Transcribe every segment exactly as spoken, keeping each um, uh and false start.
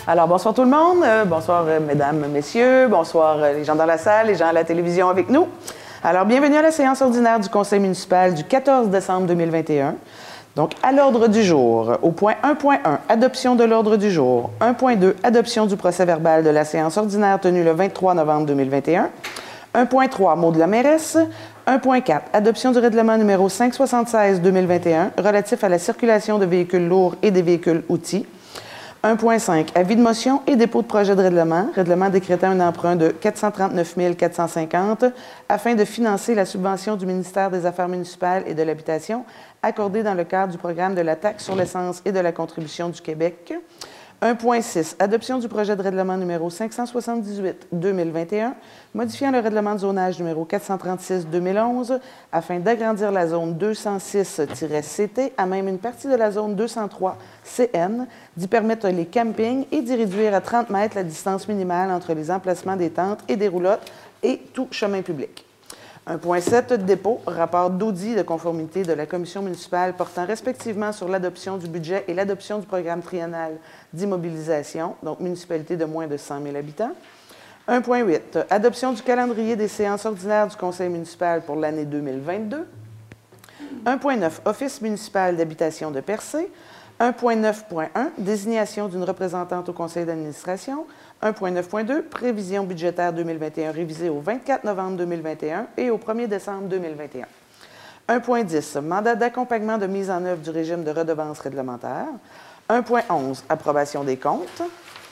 Alors, bonsoir tout le monde. Euh, bonsoir, euh, mesdames, messieurs. Bonsoir, euh, les gens dans la salle, les gens à la télévision avec nous. Alors, bienvenue à la séance ordinaire du Conseil municipal du quatorze décembre deux mille vingt et un. Donc, à l'ordre du jour, au point un point un, adoption de l'ordre du jour. un point deux, adoption du procès-verbal de la séance ordinaire tenue le vingt-trois novembre deux mille vingt et un. un point trois, mot de la mairesse. un point quatre, adoption du règlement numéro cinq cent soixante-seize deux mille vingt et un relatif à la circulation de véhicules lourds et des véhicules outils. un point cinq, avis de motion et dépôt de projet de règlement. Règlement décrétant un emprunt de quatre cent trente-neuf mille quatre cent cinquante afin de financer la subvention du ministère des Affaires municipales et de l'Habitation accordée dans le cadre du programme de la taxe sur l'essence et de la contribution du Québec. un point six, adoption du projet de règlement numéro cinq cent soixante-dix-huit deux mille vingt et un, modifiant le règlement de zonage numéro quatre cent trente-six deux mille onze afin d'agrandir la zone deux cent six C T à même une partie de la zone deux cent trois C N, d'y permettre les campings et d'y réduire à trente mètres la distance minimale entre les emplacements des tentes et des roulottes et tout chemin public. un point sept, dépôt, rapport d'audit de conformité de la commission municipale portant respectivement sur l'adoption du budget et l'adoption du programme triennal d'immobilisation, donc municipalité de moins de cent mille habitants. un point huit, adoption du calendrier des séances ordinaires du conseil municipal pour l'année deux mille vingt-deux. un point neuf, office municipal d'habitation de Percé. un point neuf point un, désignation d'une représentante au conseil d'administration. un point neuf point deux, prévision budgétaire deux mille vingt et un révisée au vingt-quatre novembre deux mille vingt et un et au premier décembre deux mille vingt et un. un point dix, mandat d'accompagnement de mise en œuvre du régime de redevance réglementaire. un point onze, approbation des comptes.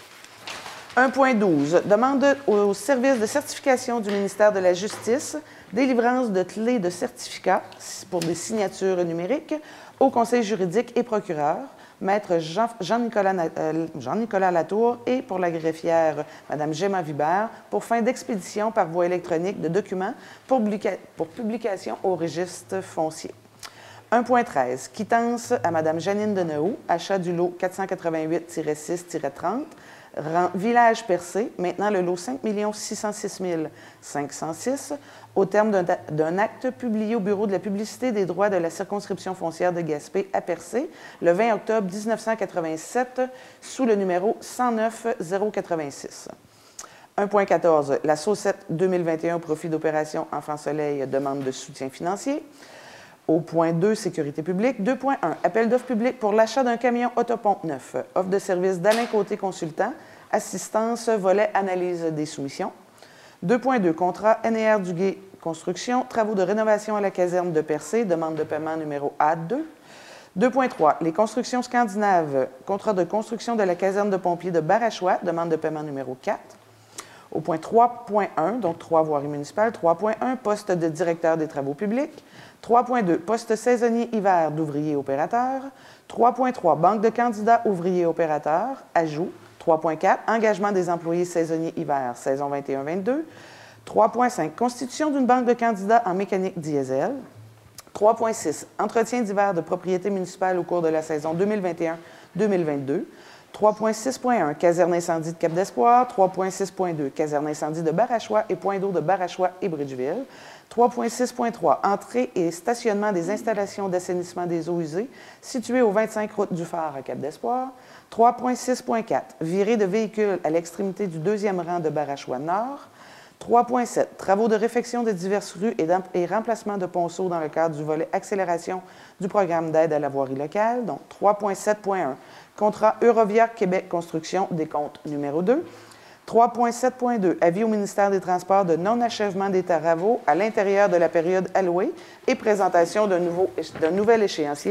un point douze, demande au service de certification du ministère de la Justice, délivrance de clés de certificat pour des signatures numériques au conseil juridique et procureur, Maître Jean, Jean-Nicolas euh, Jean-Nicolas Latour et pour la greffière Mme Gemma Vibert pour fin d'expédition par voie électronique de documents pour, publica- pour publication au registre foncier. un point treize, quittance à Mme Janine Deneau, achat du lot quatre cent quatre-vingt-huit six trente, rang Village Percé, maintenant le lot cinq millions six cent six mille cinq cent six, au terme d'un, d'un acte publié au Bureau de la publicité des droits de la circonscription foncière de Gaspé à Percé le vingt octobre mille neuf cent quatre-vingt-sept sous le numéro cent neuf zéro quatre-vingt-six. un point quatorze, la Saucette deux mille vingt et un au profit d'opération Enfant Soleil demande de soutien financier. Au point deux, sécurité publique. deux point un, appel d'offres public pour l'achat d'un camion autopompe neuf. Offre de service d'Alain Côté Consultant. Assistance, volet, analyse des soumissions. deux point deux, contrat N et R Duguay Construction. Travaux de rénovation à la caserne de Percé. Demande de paiement numéro A deux. deux point trois, les constructions scandinaves. Contrat de construction de la caserne de pompiers de Barachois. Demande de paiement numéro quatre. Au point trois point un, donc trois voiries municipales. trois point un, poste de directeur des travaux publics. trois point deux, poste saisonnier hiver d'ouvrier opérateur. trois point trois, banque de candidats ouvriers opérateurs. Ajout. trois point quatre, engagement des employés saisonniers hiver, saison vingt et un vingt-deux. trois point cinq, constitution d'une banque de candidats en mécanique diesel. trois point six, entretien d'hiver de propriété municipale au cours de la saison deux mille vingt et un deux mille vingt-deux. trois point six point un, caserne incendie de Cap-d'Espoir. trois point six point deux, caserne incendie de Barachois et point d'eau de Barachois et Bridgeville. trois point six point trois, entrée et stationnement des installations d'assainissement des eaux usées situées au vingt-cinq route du Phare à Cap-d'Espoir. trois point six point quatre, virée de véhicules à l'extrémité du deuxième rang de Barachois Nord. trois point sept, travaux de réfection de diverses rues et, et remplacement de ponceaux dans le cadre du volet accélération du programme d'aide à la voirie locale. Donc, trois point sept point un, contrat Eurovia Québec Construction, décompte numéro deux. trois point sept point deux, avis au ministère des Transports de non-achèvement des travaux à l'intérieur de la période allouée et présentation d'un, nouveau, d'un nouvel échéancier.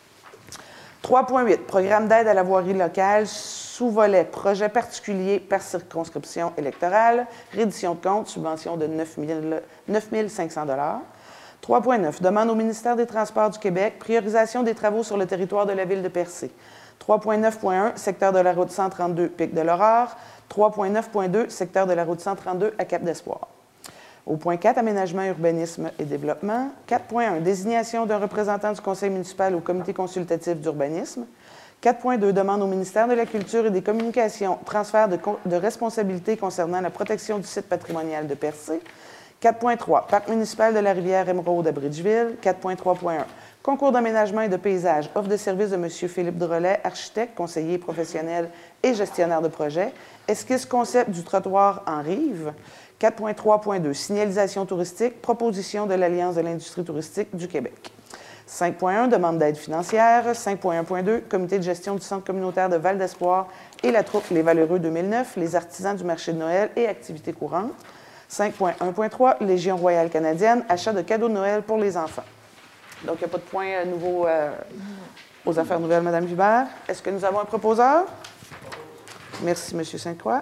trois point huit, programme d'aide à la voirie locale, sous-volet projet particulier par circonscription électorale, reddition de compte, subvention de neuf mille cinq cents dollars. trois point neuf, demande au ministère des Transports du Québec, priorisation des travaux sur le territoire de la ville de Percé. trois point neuf point un, secteur de la route cent trente-deux, Pic de l'Aurore. trois point neuf point deux, secteur de la route cent trente-deux à Cap-d'Espoir. Au point quatre, aménagement, urbanisme et développement. quatre point un, désignation d'un représentant du conseil municipal au comité consultatif d'urbanisme. quatre point deux, demande au ministère de la Culture et des Communications, transfert de, de responsabilité concernant la protection du site patrimonial de Percé. quatre point trois, Parc municipal de la rivière Émeraude à Bridgeville. quatre point trois point un, Concours d'aménagement et de paysage, offre de service de M. Philippe Drolet, architecte, conseiller professionnel et gestionnaire de projet. Esquisse concept du trottoir en rive. quatre point trois point deux, Signalisation touristique, proposition de l'Alliance de l'industrie touristique du Québec. cinq point un, Demande d'aide financière. cinq point un point deux, Comité de gestion du Centre communautaire de Val d'Espoir et la troupe Les Valeureux deux mille neuf, les artisans du marché de Noël et activités courantes. cinq point un point trois, Légion royale canadienne, achat de cadeaux de Noël pour les enfants. Donc, il n'y a pas de point euh, nouveau euh, aux affaires nouvelles, Mme Hubert. Est-ce que nous avons un proposeur? Merci, M. Sainte-Croix.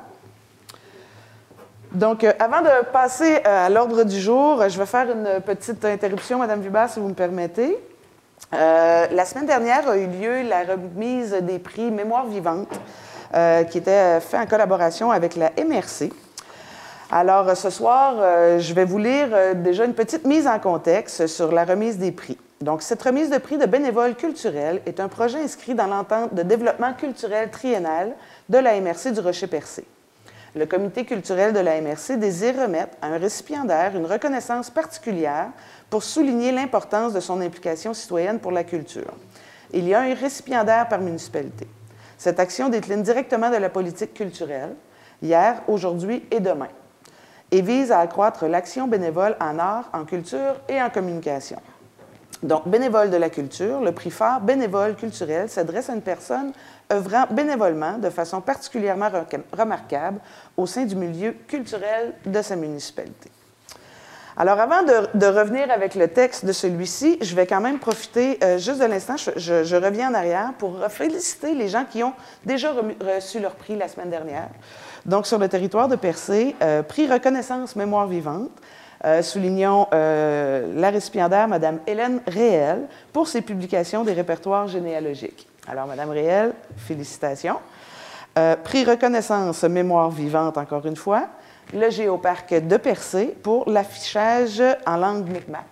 Donc, euh, avant de passer euh, à l'ordre du jour, euh, je vais faire une petite interruption, Mme Hubert, si vous me permettez. Euh, la semaine dernière a eu lieu la remise des prix Mémoire vivante, euh, qui était fait en collaboration avec la M R C. Alors, ce soir, euh, je vais vous lire euh, déjà une petite mise en contexte sur la remise des prix. Donc, cette remise de prix de bénévoles culturels est un projet inscrit dans l'entente de développement culturel triennal de la M R C du Rocher-Percé. Le comité culturel de la M R C désire remettre à un récipiendaire une reconnaissance particulière pour souligner l'importance de son implication citoyenne pour la culture. Il y a un récipiendaire par municipalité. Cette action décline directement de la politique culturelle, hier, aujourd'hui et demain, et vise à accroître l'action bénévole en art, en culture et en communication. Donc, bénévole de la culture, le prix phare bénévole culturel s'adresse à une personne œuvrant bénévolement de façon particulièrement remarquable au sein du milieu culturel de sa municipalité. Alors, avant de, de revenir avec le texte de celui-ci, je vais quand même profiter euh, juste de l'instant, je, je, je reviens en arrière pour féliciter les gens qui ont déjà reçu leur prix la semaine dernière. Donc, sur le territoire de Percé, euh, prix Reconnaissance Mémoire vivante, euh, soulignons euh, la récipiendaire, Mme Hélène Réel, pour ses publications des répertoires généalogiques. Alors, Mme Réel, félicitations. Euh, prix Reconnaissance Mémoire vivante, encore une fois, le Géoparc de Percé pour l'affichage en langue Micmac.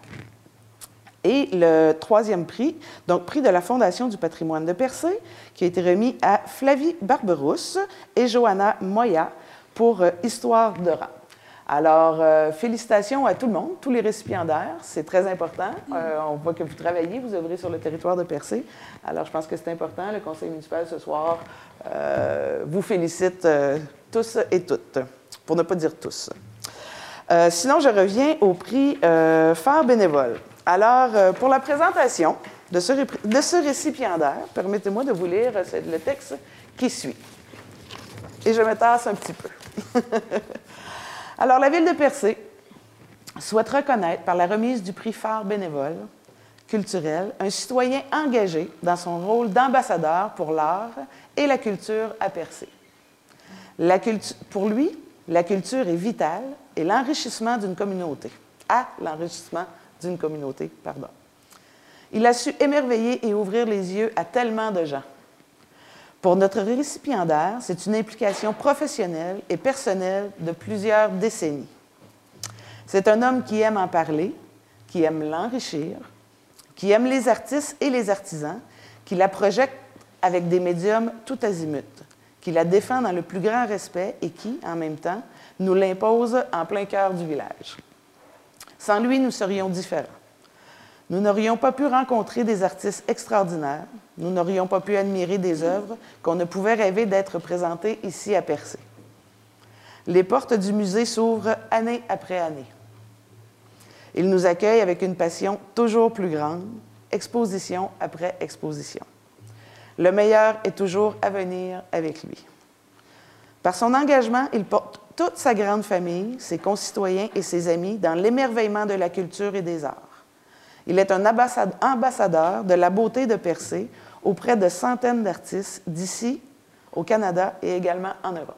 Et le troisième prix, donc prix de la Fondation du patrimoine de Percé, qui a été remis à Flavie Barberousse et Johanna Moya pour euh, Histoire de rang. Alors, euh, félicitations à tout le monde, tous les récipiendaires, c'est très important. Euh, on voit que vous travaillez, vous œuvrez sur le territoire de Percé. Alors, je pense que c'est important. Le conseil municipal ce soir euh, vous félicite euh, tous et toutes, pour ne pas dire tous. Euh, sinon, je reviens au prix euh, phare bénévole. Alors, euh, pour la présentation de ce, de ce récipiendaire, permettez-moi de vous lire euh, le texte qui suit. Et je me tasse un petit peu. Alors, la Ville de Percé souhaite reconnaître par la remise du prix phare bénévole culturel un citoyen engagé dans son rôle d'ambassadeur pour l'art et la culture à Percé. La cultu- pour lui, la culture est vitale et l'enrichissement d'une communauté, à l'enrichissement d'une communauté, pardon. Il a su émerveiller et ouvrir les yeux à tellement de gens. Pour notre récipiendaire, c'est une implication professionnelle et personnelle de plusieurs décennies. C'est un homme qui aime en parler, qui aime l'enrichir, qui aime les artistes et les artisans, qui la projette avec des médiums tout azimut, qui la défend dans le plus grand respect et qui, en même temps, nous l'impose en plein cœur du village. Sans lui, nous serions différents. Nous n'aurions pas pu rencontrer des artistes extraordinaires, nous n'aurions pas pu admirer des œuvres qu'on ne pouvait rêver d'être présentées ici à Percé. Les portes du musée s'ouvrent année après année. Il nous accueille avec une passion toujours plus grande, exposition après exposition. Le meilleur est toujours à venir avec lui. Par son engagement, il porte toute sa grande famille, ses concitoyens et ses amis dans l'émerveillement de la culture et des arts. Il est un ambassadeur de la beauté de Percé auprès de centaines d'artistes d'ici, au Canada et également en Europe.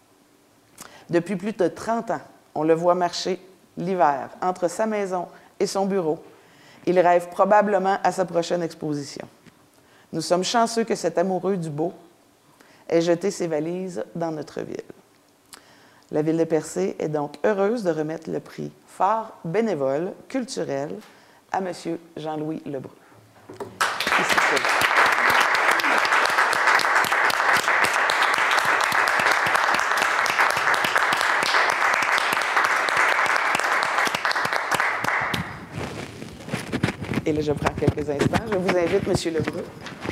Depuis plus de trente ans, on le voit marcher l'hiver entre sa maison et son bureau. Il rêve probablement à sa prochaine exposition. Nous sommes chanceux que cet amoureux du beau ait jeté ses valises dans notre ville. La Ville de Percé est donc heureuse de remettre le prix phare bénévole culturel à M. Jean-Louis Lebreu. Ici, Et là, je prends quelques instants. Je vous invite, M. Lebrun.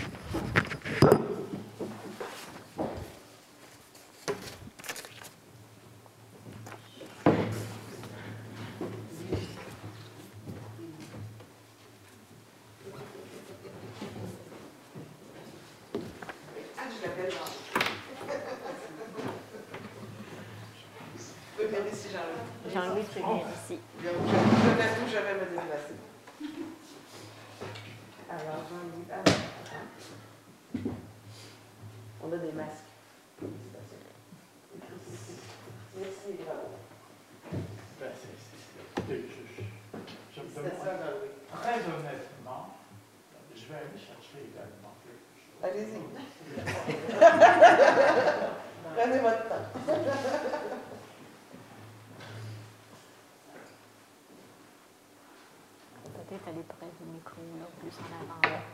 Jean-Louis, tu viens ici. Je vais je vais me déplacer. Alors, Jean-Louis, attends. On a des masques. Merci, bravo. Ben, c'est, c'est, je, je, je me demande, très honnêtement, je vais aller chercher également quelque chose. Allez-y. Prenez votre temps. Peut-être aller près du micro, là, plus en avant. Là.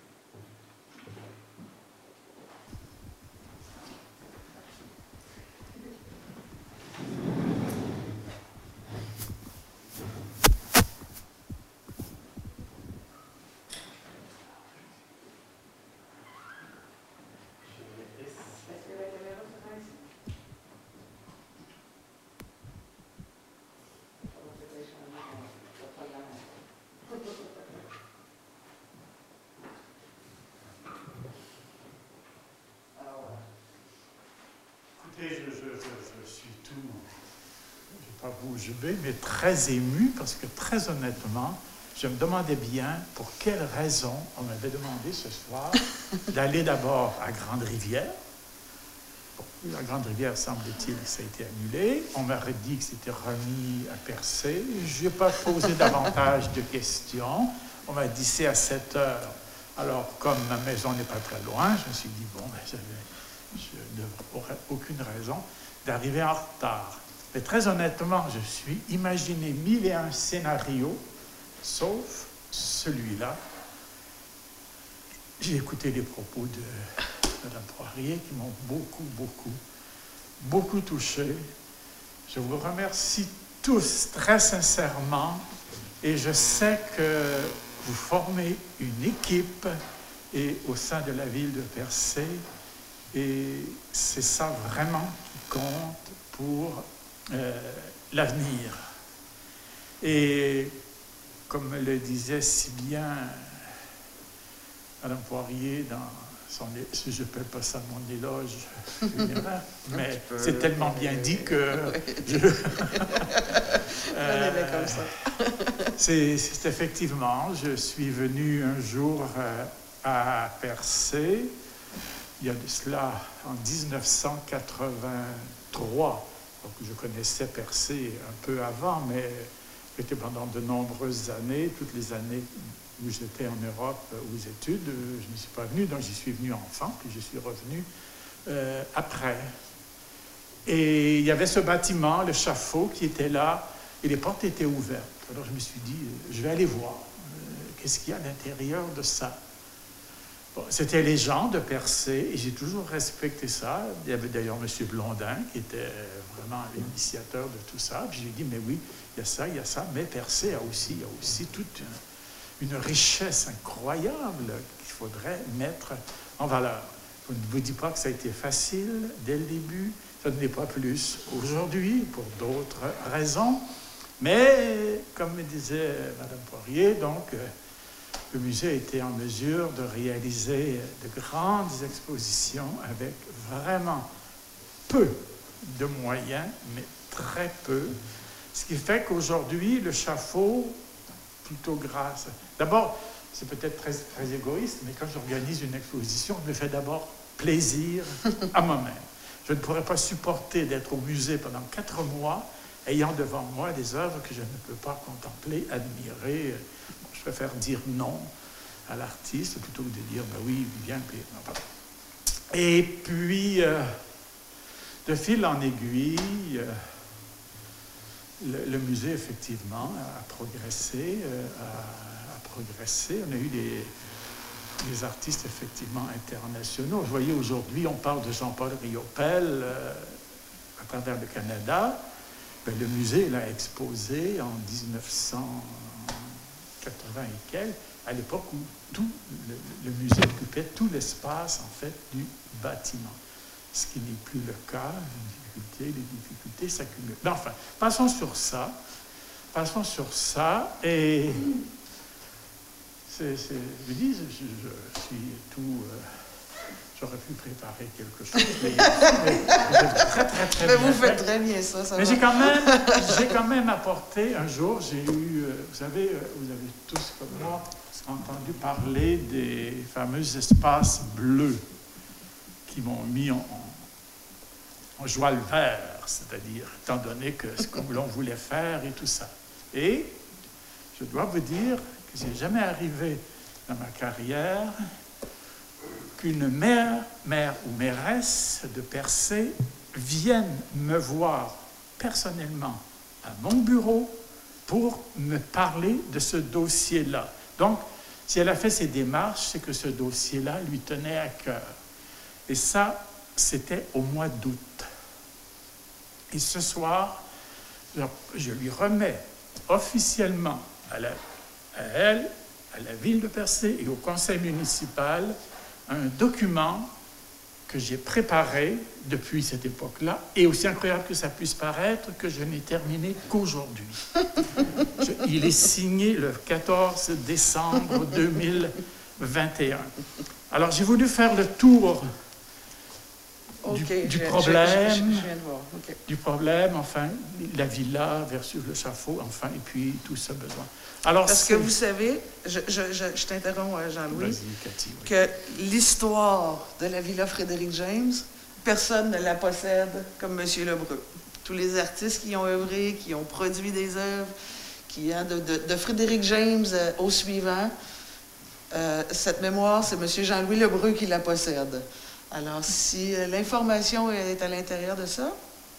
Écoutez, je, je, je, je suis tout, je ne vais pas bouger, mais très ému parce que très honnêtement, je me demandais bien pour quelle raison on m'avait demandé ce soir d'aller d'abord à Grande-Rivière. Bon, la Grande-Rivière, semble-t-il, ça a été annulé. On m'aurait dit que c'était remis à Percé. Je n'ai pas posé davantage de questions. On m'a dit c'est à sept heures. Alors, comme ma maison n'est pas très loin, je me suis dit, bon, ben, j'avais... je n'aurais aucune raison d'arriver en retard. Mais très honnêtement, je suis imaginé mille et un scénarios, sauf celui-là. J'ai écouté les propos de Mme Poirier qui m'ont beaucoup, beaucoup, beaucoup touché. Je vous remercie tous très sincèrement et je sais que vous formez une équipe et au sein de la ville de Percé. Et c'est ça vraiment qui compte pour euh, l'avenir. Et comme le disait si bien Mme Poirier dans son... Si je ne peux pas ça mon éloge, mais c'est tellement bien dit que... Je, euh, comme ça. c'est, c'est effectivement, je suis venu un jour euh, à Percé. Il y a de cela en dix-neuf cent quatre-vingt-trois. Donc je connaissais Percé un peu avant, mais j'étais pendant de nombreuses années, toutes les années où j'étais en Europe aux études, je ne suis pas venu, donc j'y suis venu enfant, puis je suis revenu euh, après. Et il y avait ce bâtiment, le Chaffaut, qui était là, et les portes étaient ouvertes. Alors je me suis dit, je vais aller voir, euh, qu'est-ce qu'il y a à l'intérieur de ça. Bon, c'était les gens de Percé, et j'ai toujours respecté ça. Il y avait d'ailleurs M. Blondin, qui était vraiment l'initiateur de tout ça. Puis j'ai dit, mais oui, il y a ça, il y a ça, mais Percé a aussi, il y a aussi toute une, une richesse incroyable qu'il faudrait mettre en valeur. Je ne vous dis pas que ça a été facile dès le début, ça ne l'est pas plus aujourd'hui, pour d'autres raisons. Mais, comme me disait Mme Poirier, donc... le musée a été en mesure de réaliser de grandes expositions avec vraiment peu de moyens, mais très peu. Ce qui fait qu'aujourd'hui, le Chaffaut, plutôt grâce... D'abord, c'est peut-être très, très égoïste, mais quand j'organise une exposition, je me fais d'abord plaisir à moi-même. Je ne pourrais pas supporter d'être au musée pendant quatre mois, ayant devant moi des œuvres que je ne peux pas contempler, admirer. Je préfère dire non à l'artiste plutôt que de dire ben oui, bien, puis non, pardon. Et puis, euh, de fil en aiguille, euh, le, le musée, effectivement, a progressé, euh, a, a progressé. On a eu des, des artistes, effectivement, internationaux. Vous voyez, aujourd'hui, on parle de Jean-Paul Riopelle euh, à travers le Canada. Ben, le musée l'a exposé en dix-neuf cent quatre-vingt et quelques, à l'époque où tout le, le musée occupait tout l'espace, en fait, du bâtiment. Ce qui n'est plus le cas, les difficultés, les difficultés s'accumulent. Mais enfin, passons sur ça. Passons sur ça, et c'est, c'est, je dis, je, je suis tout... Euh, j'aurais pu préparer quelque chose, mais, mais je très, très, très mais bien vous faites fait. très bien ça, ça Mais va. j'ai quand même, j'ai quand même apporté, un jour, j'ai eu, euh, vous savez, euh, vous avez tous comme moi entendu parler des fameux espaces bleus qui m'ont mis en, en joie le vert, c'est-à-dire, étant donné que ce que l'on voulait faire et tout ça. Et je dois vous dire que ce n'est jamais arrivé dans ma carrière qu'une mère, mère ou mairesse de Percé vienne me voir personnellement à mon bureau pour me parler de ce dossier-là. Donc, si elle a fait ces démarches, c'est que ce dossier-là lui tenait à cœur. Et ça, c'était au mois d'août. Et ce soir, je lui remets officiellement à, la, à elle, à la ville de Percé et au conseil municipal un document que j'ai préparé depuis cette époque-là, et aussi incroyable que ça puisse paraître, que je n'ai terminé qu'aujourd'hui. Je, il est signé le quatorze décembre deux mille vingt et un. Alors, j'ai voulu faire le tour du, okay, du je, problème, je, je, je viens de voir. Okay. du problème, enfin, la villa versus le chaffaut, enfin, et puis tout ce besoin. Alors, parce que vous savez, je, je, je, je t'interromps, Jean-Louis, Cathy, oui. que l'histoire de la Villa Frédéric James, personne ne la possède comme M. Lebreu. Tous les artistes qui ont œuvré, qui ont produit des œuvres, qui, hein, de, de, de Frédéric James euh, au suivant, euh, cette mémoire, c'est M. Jean-Louis Lebreu qui la possède. Alors, si euh, l'information est à l'intérieur de ça,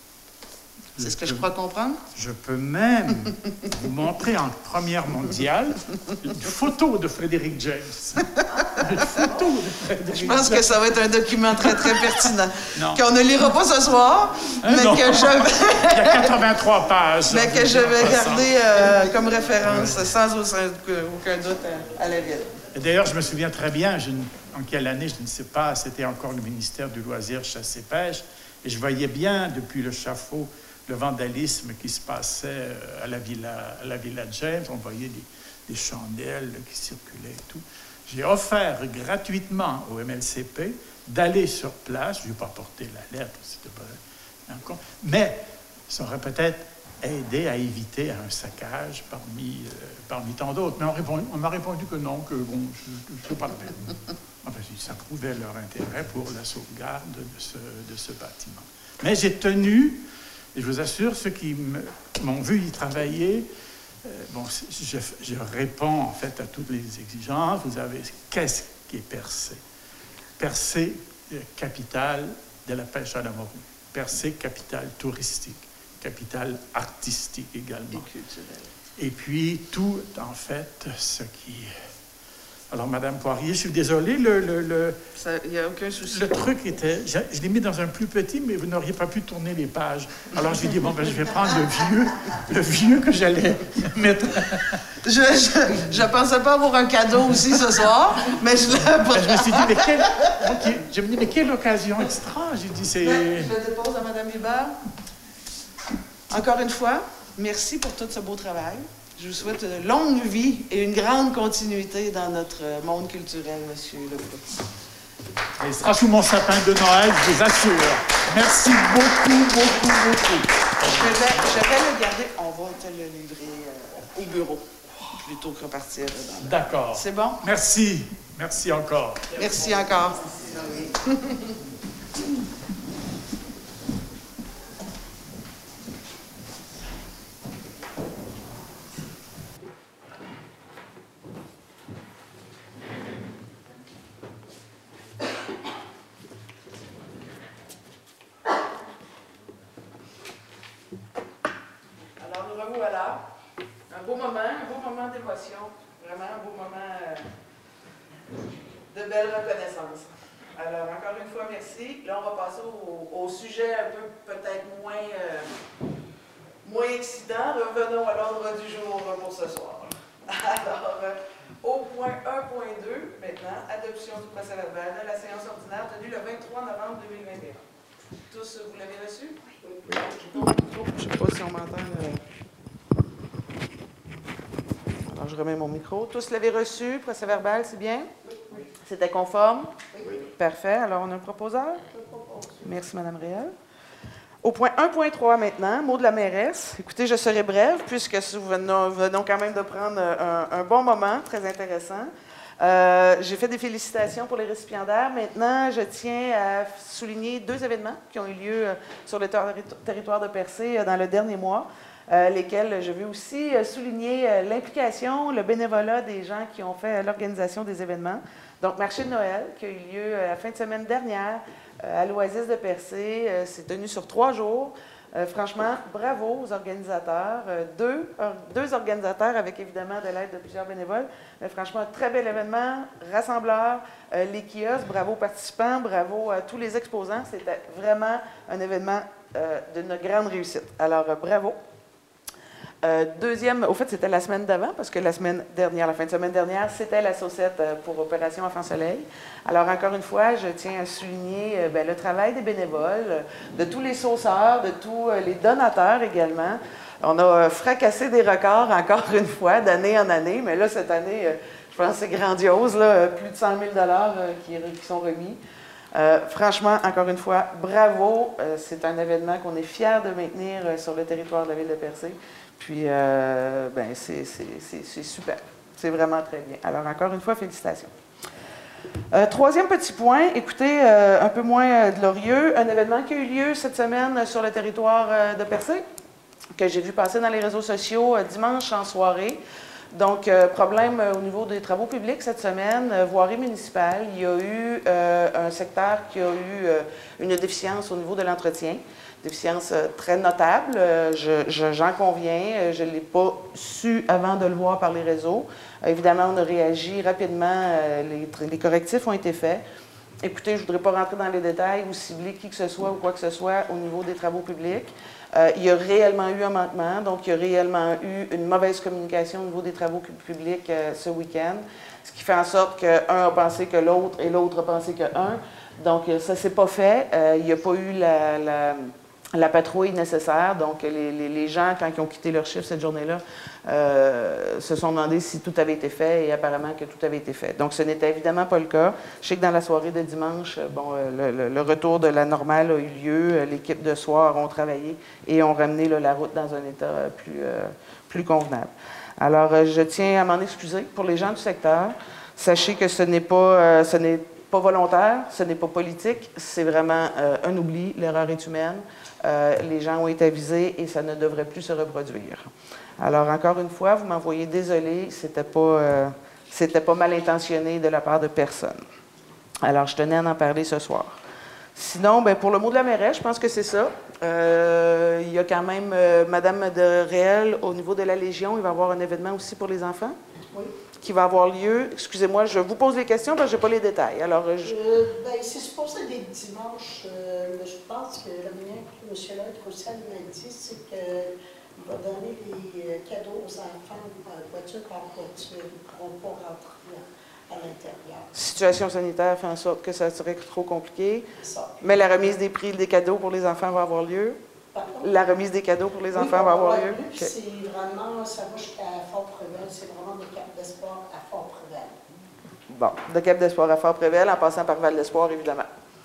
c'est ce que je crois comprendre? Je peux même vous montrer en première mondiale une photo de Frédéric James. Une photo de Frédéric Je pense James. que ça va être un document très, très pertinent. Non. Qu'on ne lira pas ce soir, Hein, mais non. que je vais... Il y a quatre-vingt-trois pages. mais que je vais garder euh, comme référence, sans aucun, aucun doute, à, à la ville. Et d'ailleurs, je me souviens très bien, je, en quelle année, je ne sais pas, c'était encore le ministère du Loisir, Chasse et Pêche, et je voyais bien, depuis le Chaffaut, le vandalisme qui se passait à la Villa, à la Villa James. On voyait des, des chandelles qui circulaient et tout. J'ai offert gratuitement au M L C P d'aller sur place. Je n'ai pas porté la lettre, c'était pas un con. Mais ça aurait peut-être aidé à éviter un saccage parmi, euh, parmi tant d'autres. Mais on, répond, on m'a répondu que non, que bon, je ne pas la peine. Enfin, ça prouvait leur intérêt pour la sauvegarde de ce, de ce bâtiment. Mais j'ai tenu... Et je vous assure, ceux qui m'ont vu y travailler, euh, bon, je, je réponds en fait à toutes les exigences. Vous avez, qu'est-ce qui est Percé? Percé, euh, capitale de la pêche à la morue. Percé, capitale touristique, capitale artistique également. Et culturelle. Et puis tout, en fait, ce qui... Alors, Madame Poirier, je suis désolé, le... le, le il n'y a aucun souci. Le truc était... Je, je l'ai mis dans un plus petit, mais vous n'auriez pas pu tourner les pages. Alors, je lui ai dit, bon, ben, je vais prendre le vieux, le vieux que j'allais mettre... Je je, je pensais pas avoir un cadeau aussi ce soir, mais je l'ai ben, je me suis dit, mais quelle... Okay. Je me dis, mais quelle occasion extra! J'ai dit, c'est... Je le dépose à Mme Hubert. Encore une fois, merci pour tout ce beau travail. Je vous souhaite une longue vie et une grande continuité dans notre monde culturel, M. Lebreu. Il sera sous mon sapin de Noël, je vous assure. Merci beaucoup, beaucoup, beaucoup. Je vais, je vais le garder. On va te le livrer euh, au bureau, plutôt que repartir. D'accord. C'est bon? Merci. Merci encore. Merci encore. Voilà, un beau moment, un beau moment d'émotion, vraiment un beau moment euh, de belle reconnaissance. Alors, encore une fois, merci. Là, on va passer au, au sujet un peu peut-être moins, euh, moins excitant. Revenons à l'ordre du jour pour ce soir. Alors, euh, au point un point deux, maintenant, adoption du procès-verbal de la séance ordinaire tenue le vingt-trois novembre deux mille vingt et un. Tous, vous l'avez reçu? Oui. Je ne sais pas si on m'entend. Euh... Alors, je remets mon micro. Tous l'avez reçu, procès-verbal, c'est bien? Oui. C'était conforme? Oui. Parfait. Alors, on a un proposeur? Je propose. Merci, Mme Réal. Au point un point trois maintenant, mot de la mairesse. Écoutez, je serai brève puisque nous venons, venons quand même de prendre un, un bon moment, très intéressant. Euh, j'ai fait des félicitations pour les récipiendaires. Maintenant, je tiens à souligner deux événements qui ont eu lieu sur le ter- territoire de Percé dans le dernier mois, euh, lesquels je veux aussi souligner l'implication, le bénévolat des gens qui ont fait l'organisation des événements. Donc, marché de Noël qui a eu lieu la fin de semaine dernière à l'Oasis de Percé. C'est tenu sur trois jours. Euh, franchement, bravo aux organisateurs. Euh, deux, euh, deux organisateurs avec évidemment de l'aide de plusieurs bénévoles. Mais franchement, un très bel événement, rassembleur. Euh, les kiosques, bravo aux participants, bravo à tous les exposants. C'était vraiment un événement euh, d'une grande réussite. Alors, euh, bravo. Euh, deuxième, au fait, c'était la semaine d'avant, parce que la semaine dernière, la fin de semaine dernière, c'était la saucette pour Opération Enfant Soleil. Alors, encore une fois, je tiens à souligner euh, bien, le travail des bénévoles, de tous les sauceurs, de tous euh, les donateurs également. On a euh, fracassé des records, encore une fois, d'année en année, mais là, cette année, euh, je pense que c'est grandiose, là, plus de cent mille dollars euh, qui, qui sont remis. Euh, franchement, encore une fois, bravo. Euh, c'est un événement qu'on est fiers de maintenir euh, sur le territoire de la ville de Percé. Puis, euh, ben, c'est, c'est, c'est, c'est super. C'est vraiment très bien. Alors, encore une fois, félicitations. Euh, troisième petit point, écoutez, euh, un peu moins glorieux, un événement qui a eu lieu cette semaine sur le territoire euh, de Percé, que j'ai vu passer dans les réseaux sociaux euh, dimanche en soirée. Donc, euh, problème euh, au niveau des travaux publics cette semaine, euh, voirie municipale. Il y a eu euh, un secteur qui a eu euh, une déficience au niveau de l'entretien. Déficience euh, très notable, euh, je, je, j'en conviens. Euh, je ne l'ai pas su avant de le voir par les réseaux. Euh, évidemment, on a réagi rapidement. Euh, les, les correctifs ont été faits. Écoutez, je ne voudrais pas rentrer dans les détails ou cibler qui que ce soit ou quoi que ce soit au niveau des travaux publics. Euh, il y a réellement eu un manquement, donc il y a réellement eu une mauvaise communication au niveau des travaux publics euh, ce week-end, ce qui fait en sorte qu'un a pensé que l'autre et l'autre a pensé qu'un. Donc, ça ne s'est pas fait. Euh, il n'y a pas eu la, la, la patrouille nécessaire. Donc, les, les, les gens, quand ils ont quitté leur chiffre cette journée-là, euh, se sont demandé si tout avait été fait et apparemment que tout avait été fait. Donc, ce n'était évidemment pas le cas. Je sais que dans la soirée de dimanche, bon, le, le, le retour de la normale a eu lieu. L'équipe de soir ont travaillé et ont ramené là, la route dans un état plus, euh, plus convenable. Alors, je tiens à m'en excuser pour les gens du secteur. Sachez que ce n'est pas, euh, ce n'est pas volontaire, ce n'est pas politique, c'est vraiment euh, un oubli, l'erreur est humaine. Euh, les gens ont été avisés et ça ne devrait plus se reproduire. Alors, encore une fois, vous m'envoyez désolé, c'était pas, euh, c'était pas mal intentionné de la part de personne. Alors, je tenais à en parler ce soir. Sinon, bien, pour le mot de la mairesse, je pense que c'est ça. Euh, il y a quand même euh, Madame de Réal, au niveau de la Légion, il va y avoir un événement aussi pour les enfants. Oui. Qui va avoir lieu. Excusez-moi, je vous pose les questions parce que je n'ai pas les détails. Alors, je... euh, ben, c'est supposé être dimanche. Euh, je pense que le lien que M. Roussel m'a dit, c'est qu'il va donner des cadeaux aux enfants, voiture par voiture. Ils ne pourront pas rentrer à l'intérieur. Situation sanitaire fait en sorte que ça serait trop compliqué. Ça. Mais la remise des prix des cadeaux pour les enfants va avoir lieu. Pardon? La remise des cadeaux pour les oui, enfants va avoir lieu. Okay. C'est vraiment, ça va jusqu'à Fort-Prével. C'est vraiment de Cap d'Espoir à Fort-Prével. Bon, de Cap d'Espoir à Fort-Prével, en passant par Val d'Espoir, évidemment.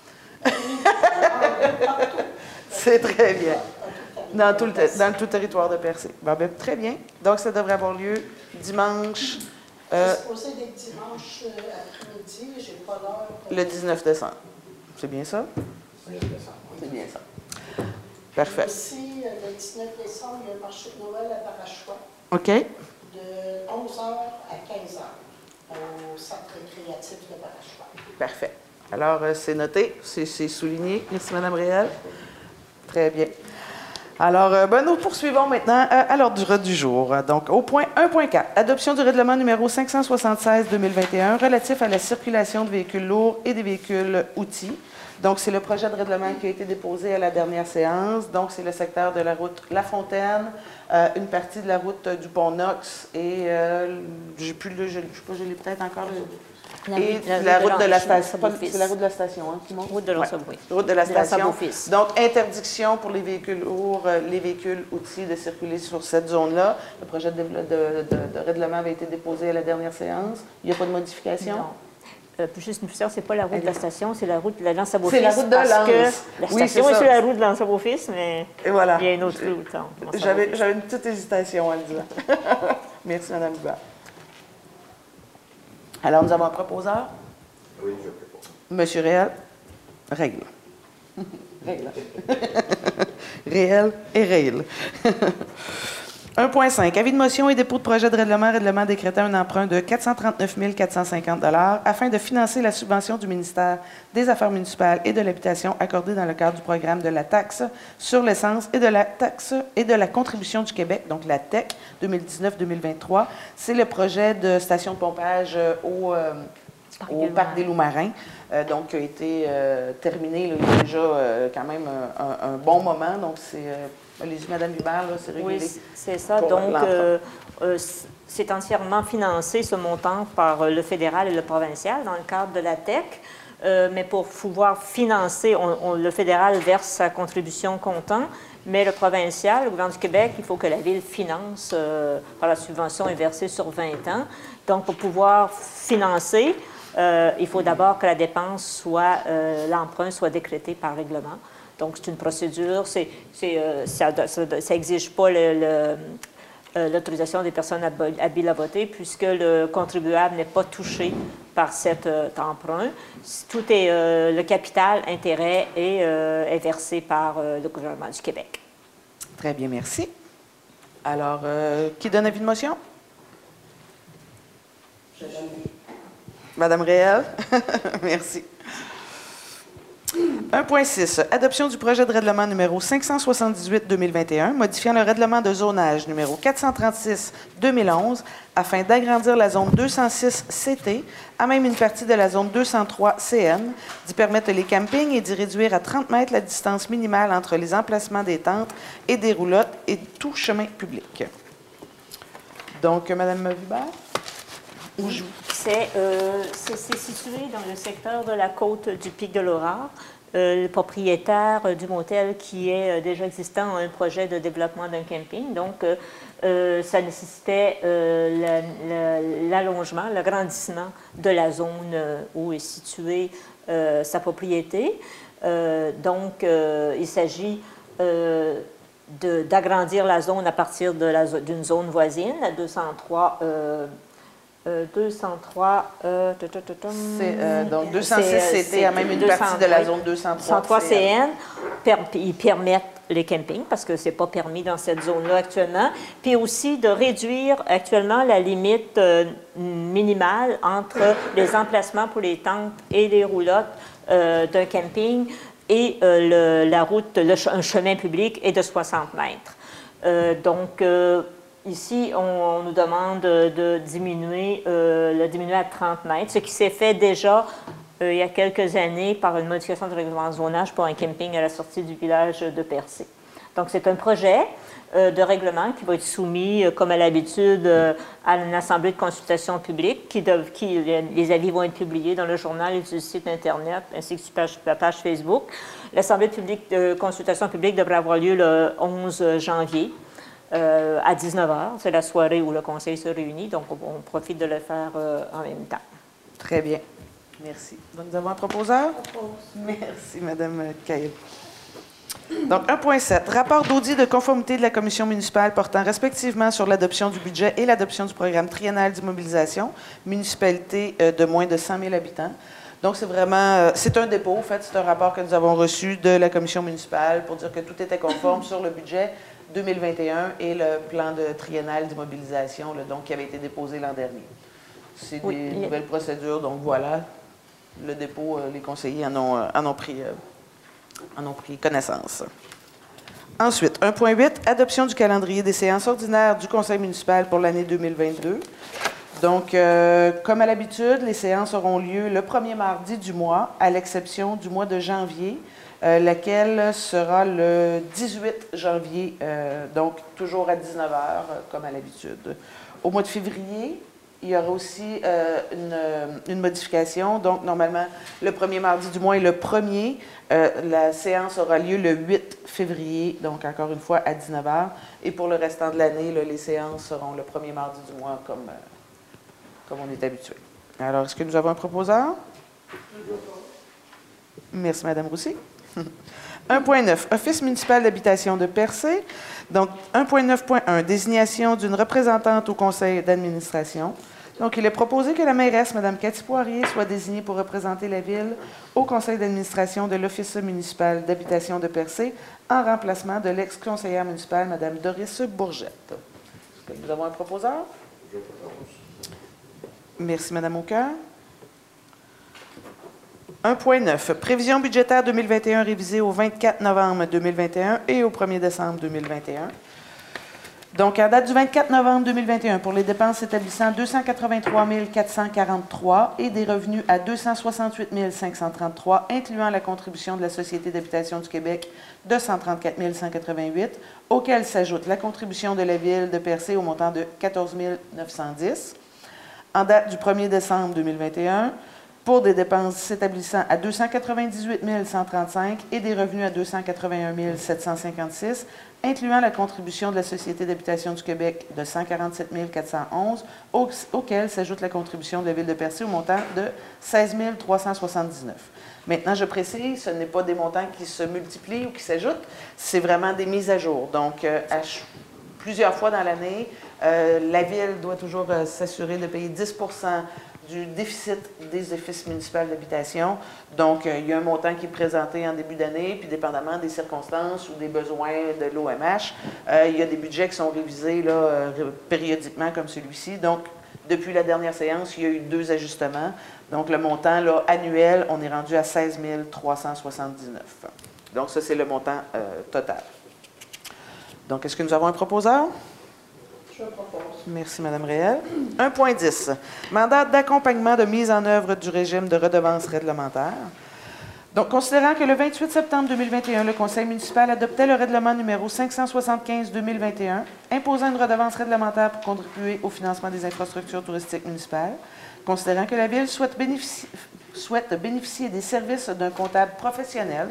C'est très bien. Dans tout, le, dans tout le territoire de Percé. Bon, ben, très bien. Donc, ça devrait avoir lieu dimanche. Euh, c'est supposé d'être dimanche après-midi, j'ai pas l'heure. Le dix-neuf décembre. C'est bien ça? Oui, c'est bien ça. Parfait. Aussi, le dix-neuf décembre, il y a un marché de Noël à Barachois. OK. De onze heures à quinze heures au centre récréatif de Barachois. Parfait. Alors, c'est noté, c'est, c'est souligné. Merci, Mme Réal. Très bien. Alors, euh, ben, nous poursuivons maintenant euh, à l'ordre du jour. Donc, au point un point quatre, adoption du règlement numéro cinq cent soixante-seize deux mille vingt et un relatif à la circulation de véhicules lourds et des véhicules outils Donc, c'est le projet de règlement qui a été déposé à la dernière séance. Donc, c'est le secteur de la route La Fontaine, euh, une partie de la route du Pont-Nox et, euh, j'ai plus le, je ne sais pas, je l'ai peut-être encore. La, et la, la, route route de la station. C'est la route de la station, hein, Simon? Route de l'Ensemble, oui. Route de la station. De Donc, interdiction pour les véhicules lourds, les véhicules outils de circuler sur cette zone-là. Le projet de, de, de, de règlement avait été déposé à la dernière séance. Il n'y a pas de modification? Non. Euh, juste une ce n'est pas la route de la station, c'est la route de la Lance-à-Beaufils. C'est la route de parce Lance. Que la oui, station est, est sur la route de Lance-à-Beaufils, mais et voilà. il y a une autre route. J'avais une petite hésitation à le dire. Merci, Mme Hubert. Alors, nous avons un proposeur? Oui, je propose. Monsieur Réal, règle. Règle. Réel et règle. un point cinq. Avis de motion et dépôt de projet de règlement, règlement décrétant un emprunt de quatre cent trente-neuf mille quatre cent cinquante dollars afin de financer la subvention du ministère des Affaires municipales et de l'Habitation accordée dans le cadre du programme de la taxe sur l'essence et de la taxe et de la contribution du Québec, donc la T E C deux mille dix-neuf deux mille vingt-trois. C'est le projet de station de pompage au, euh, au Parc des Loups-Marins, euh, donc qui a été euh, terminé là, il y a déjà euh, quand même un, un bon moment. Donc, c'est... Euh, allez-y, Mme Hubert, c'est régulé. Oui, c'est ça. Donc, euh, euh, c'est entièrement financé, ce montant, par le fédéral et le provincial dans le cadre de la T E C. Euh, mais pour pouvoir financer, on, on, le fédéral verse sa contribution comptant, mais le provincial, le gouvernement du Québec, il faut que la Ville finance euh, par la subvention est versée sur vingt ans. Donc, pour pouvoir financer, euh, il faut d'abord que la dépense soit, euh, l'emprunt soit décrété par règlement. Donc, c'est une procédure, c'est, c'est, euh, ça n'exige pas le, le, euh, l'autorisation des personnes habiles à voter puisque le contribuable n'est pas touché par cet euh, emprunt. Tout est, euh, le capital, intérêt est, euh, est versé par euh, le gouvernement du Québec. Très bien, merci. Alors, euh, qui donne avis de motion? Je donne. Madame Réal, merci. un point six. Adoption du projet de règlement numéro cinq cent soixante-dix-huit deux mille vingt et un, modifiant le règlement de zonage numéro quatre cent trente-six deux mille onze afin d'agrandir la zone deux cent six C T à même une partie de la zone deux cent trois C N, d'y permettre les campings et d'y réduire à trente mètres la distance minimale entre les emplacements des tentes et des roulottes et tout chemin public. Donc, Mme Hubert? Oui. C'est euh, situé dans le secteur de la côte du Pic de l'Aurore. Euh, le propriétaire euh, du motel qui est euh, déjà existant a un projet de développement d'un camping. Donc, euh, euh, ça nécessitait euh, l'allongement, le, l'agrandissement de la zone euh, où est située euh, sa propriété. Euh, donc, euh, il s'agit euh, d'agrandir la zone à partir d'une zone voisine, la deux cent trois. Euh, Euh, deux cent trois, euh, euh, donc deux cent six C T à même une partie de la zone deux cent trois. deux cent trois C N, per, ils permettent les campings parce que ce n'est pas permis dans cette zone-là actuellement. Puis aussi de réduire actuellement la limite euh, minimale entre les emplacements pour les tentes et les roulottes euh, d'un camping et euh, le, la route, le, un chemin public est de soixante mètres. Euh, donc, euh, ici, on, on nous demande de, de diminuer, euh, le diminuer à trente mètres, ce qui s'est fait déjà euh, il y a quelques années par une modification du règlement de zonage pour un camping à la sortie du village de Percé. Donc, c'est un projet euh, de règlement qui va être soumis, euh, comme à l'habitude, euh, à une assemblée de consultation publique. Qui, doivent, qui les avis vont être publiés dans le journal et sur le site Internet, ainsi que sur la page, la page Facebook. L'assemblée publique de consultation publique devrait avoir lieu le onze janvier. Euh, à dix-neuf heures, c'est la soirée où le conseil se réunit, donc on, on profite de le faire euh, en même temps. Très bien. Merci. Donc, nous avons un proposeur? Merci, Mme Cahill. Donc, un point sept. Rapport d'audit de conformité de la commission municipale portant respectivement sur l'adoption du budget et l'adoption du programme triennal d'immobilisation, municipalité euh, de moins de cent mille habitants. Donc, c'est vraiment, euh, c'est un dépôt, en fait, c'est un rapport que nous avons reçu de la commission municipale pour dire que tout était conforme sur le budget deux mille vingt et un et le plan de triennal d'immobilisation, donc qui avait été déposé l'an dernier. C'est oui, des il... nouvelles procédures, donc voilà, le dépôt, euh, les conseillers en ont, euh, en ont pris, euh, en ont pris connaissance. Ensuite, un point huit, adoption du calendrier des séances ordinaires du conseil municipal pour l'année deux mille vingt-deux. Donc, euh, comme à l'habitude, les séances auront lieu le premier mardi du mois, à l'exception du mois de janvier, euh, laquelle sera le dix-huit janvier, euh, donc toujours à dix-neuf heures, euh, comme à l'habitude. Au mois de février, il y aura aussi euh, une, une modification. Donc, normalement, le premier mardi du mois est le premier. Euh, la séance aura lieu le huit février, donc encore une fois à dix-neuf heures. Et pour le restant de l'année, là, les séances seront le premier mardi du mois, comme, euh, comme on est habitué. Alors, est-ce que nous avons un proposeur? Merci, Mme Roussy. un point neuf, Office municipal d'habitation de Percé. Donc, un point neuf point un, désignation d'une représentante au conseil d'administration. Donc, il est proposé que la mairesse, Mme Cathy Poirier, soit désignée pour représenter la ville au conseil d'administration de l'Office municipal d'habitation de Percé, en remplacement de l'ex-conseillère municipale, Mme Doris Bourgette. Est-ce que nous avons un proposeur? Je propose. Merci, Mme Aucoeur. un point neuf, prévision budgétaire deux mille vingt et un révisée au vingt-quatre novembre deux mille vingt et un et au premier décembre deux mille vingt et un. Donc, à date du vingt-quatre novembre deux mille vingt et un, pour les dépenses établissant deux cent quatre-vingt-trois mille quatre cent quarante-trois et des revenus à deux cent soixante-huit mille cinq cent trente-trois, incluant la contribution de la Société d'habitation du Québec de cent trente-quatre mille cent quatre-vingt-huit, auquel s'ajoute la contribution de la Ville de Percé au montant de quatorze mille neuf cent dix. En date du premier décembre deux mille vingt et un, pour des dépenses s'établissant à deux cent quatre-vingt-dix-huit mille cent trente-cinq et des revenus à deux cent quatre-vingt-un mille sept cent cinquante-six, incluant la contribution de la Société d'habitation du Québec de cent quarante-sept mille quatre cent onze, au, auquel s'ajoute la contribution de la Ville de Percé au montant de seize mille trois cent soixante-dix-neuf. Maintenant, je précise, ce n'est pas des montants qui se multiplient ou qui s'ajoutent, c'est vraiment des mises à jour. Donc, euh, à plusieurs fois dans l'année, euh, la Ville doit toujours euh, s'assurer de payer dix pour cent du déficit des offices municipaux d'habitation. Donc, euh, il y a un montant qui est présenté en début d'année, puis dépendamment des circonstances ou des besoins de l'O M H, euh, il y a des budgets qui sont révisés là, euh, périodiquement comme celui-ci. Donc, depuis la dernière séance, il y a eu deux ajustements. Donc, le montant là, annuel, on est rendu à seize mille trois cent soixante-dix-neuf. Donc, ça, c'est le montant euh, total. Donc, est-ce que nous avons un proposeur? Je propose. Merci, Mme Réel. un point dix, mandat d'accompagnement de mise en œuvre du régime de redevance réglementaire. Donc, considérant que le vingt-huit septembre deux mille vingt et un, le Conseil municipal adoptait le règlement numéro cinq cent soixante-quinze deux mille vingt et un, imposant une redevance réglementaire pour contribuer au financement des infrastructures touristiques municipales, considérant que la Ville souhaite bénéficier, souhaite bénéficier des services d'un comptable professionnel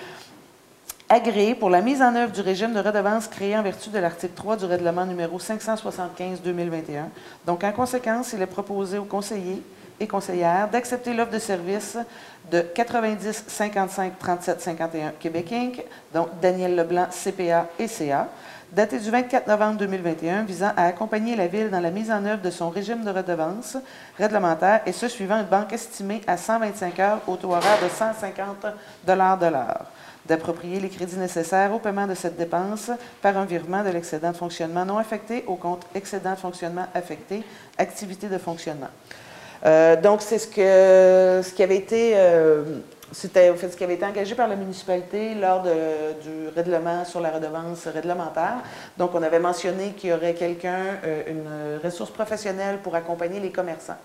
agréé pour la mise en œuvre du régime de redevance créé en vertu de l'article trois du règlement numéro cinq cent soixante-quinze deux mille vingt et un. Donc, en conséquence, il est proposé aux conseillers et conseillères d'accepter l'offre de service de quatre-vingt-dix cinquante-cinq trente-sept cinquante et un Québec Incorporé, donc Daniel Leblanc, C P A et C A, daté du vingt-quatre novembre deux mille vingt et un, visant à accompagner la Ville dans la mise en œuvre de son régime de redevance réglementaire, et ce, suivant une banque estimée à cent vingt-cinq heures au taux horaire de cent cinquante dollars de l'heure, d'approprier les crédits nécessaires au paiement de cette dépense par un virement de l'excédent de fonctionnement non affecté au compte excédent de fonctionnement affecté, activité de fonctionnement. Euh, donc, c'est ce, que, ce qui avait été... Euh, C'était en fait ce qui avait été engagé par la municipalité lors de, du règlement sur la redevance réglementaire. Donc, on avait mentionné qu'il y aurait quelqu'un, euh, une ressource professionnelle pour accompagner les commerçants.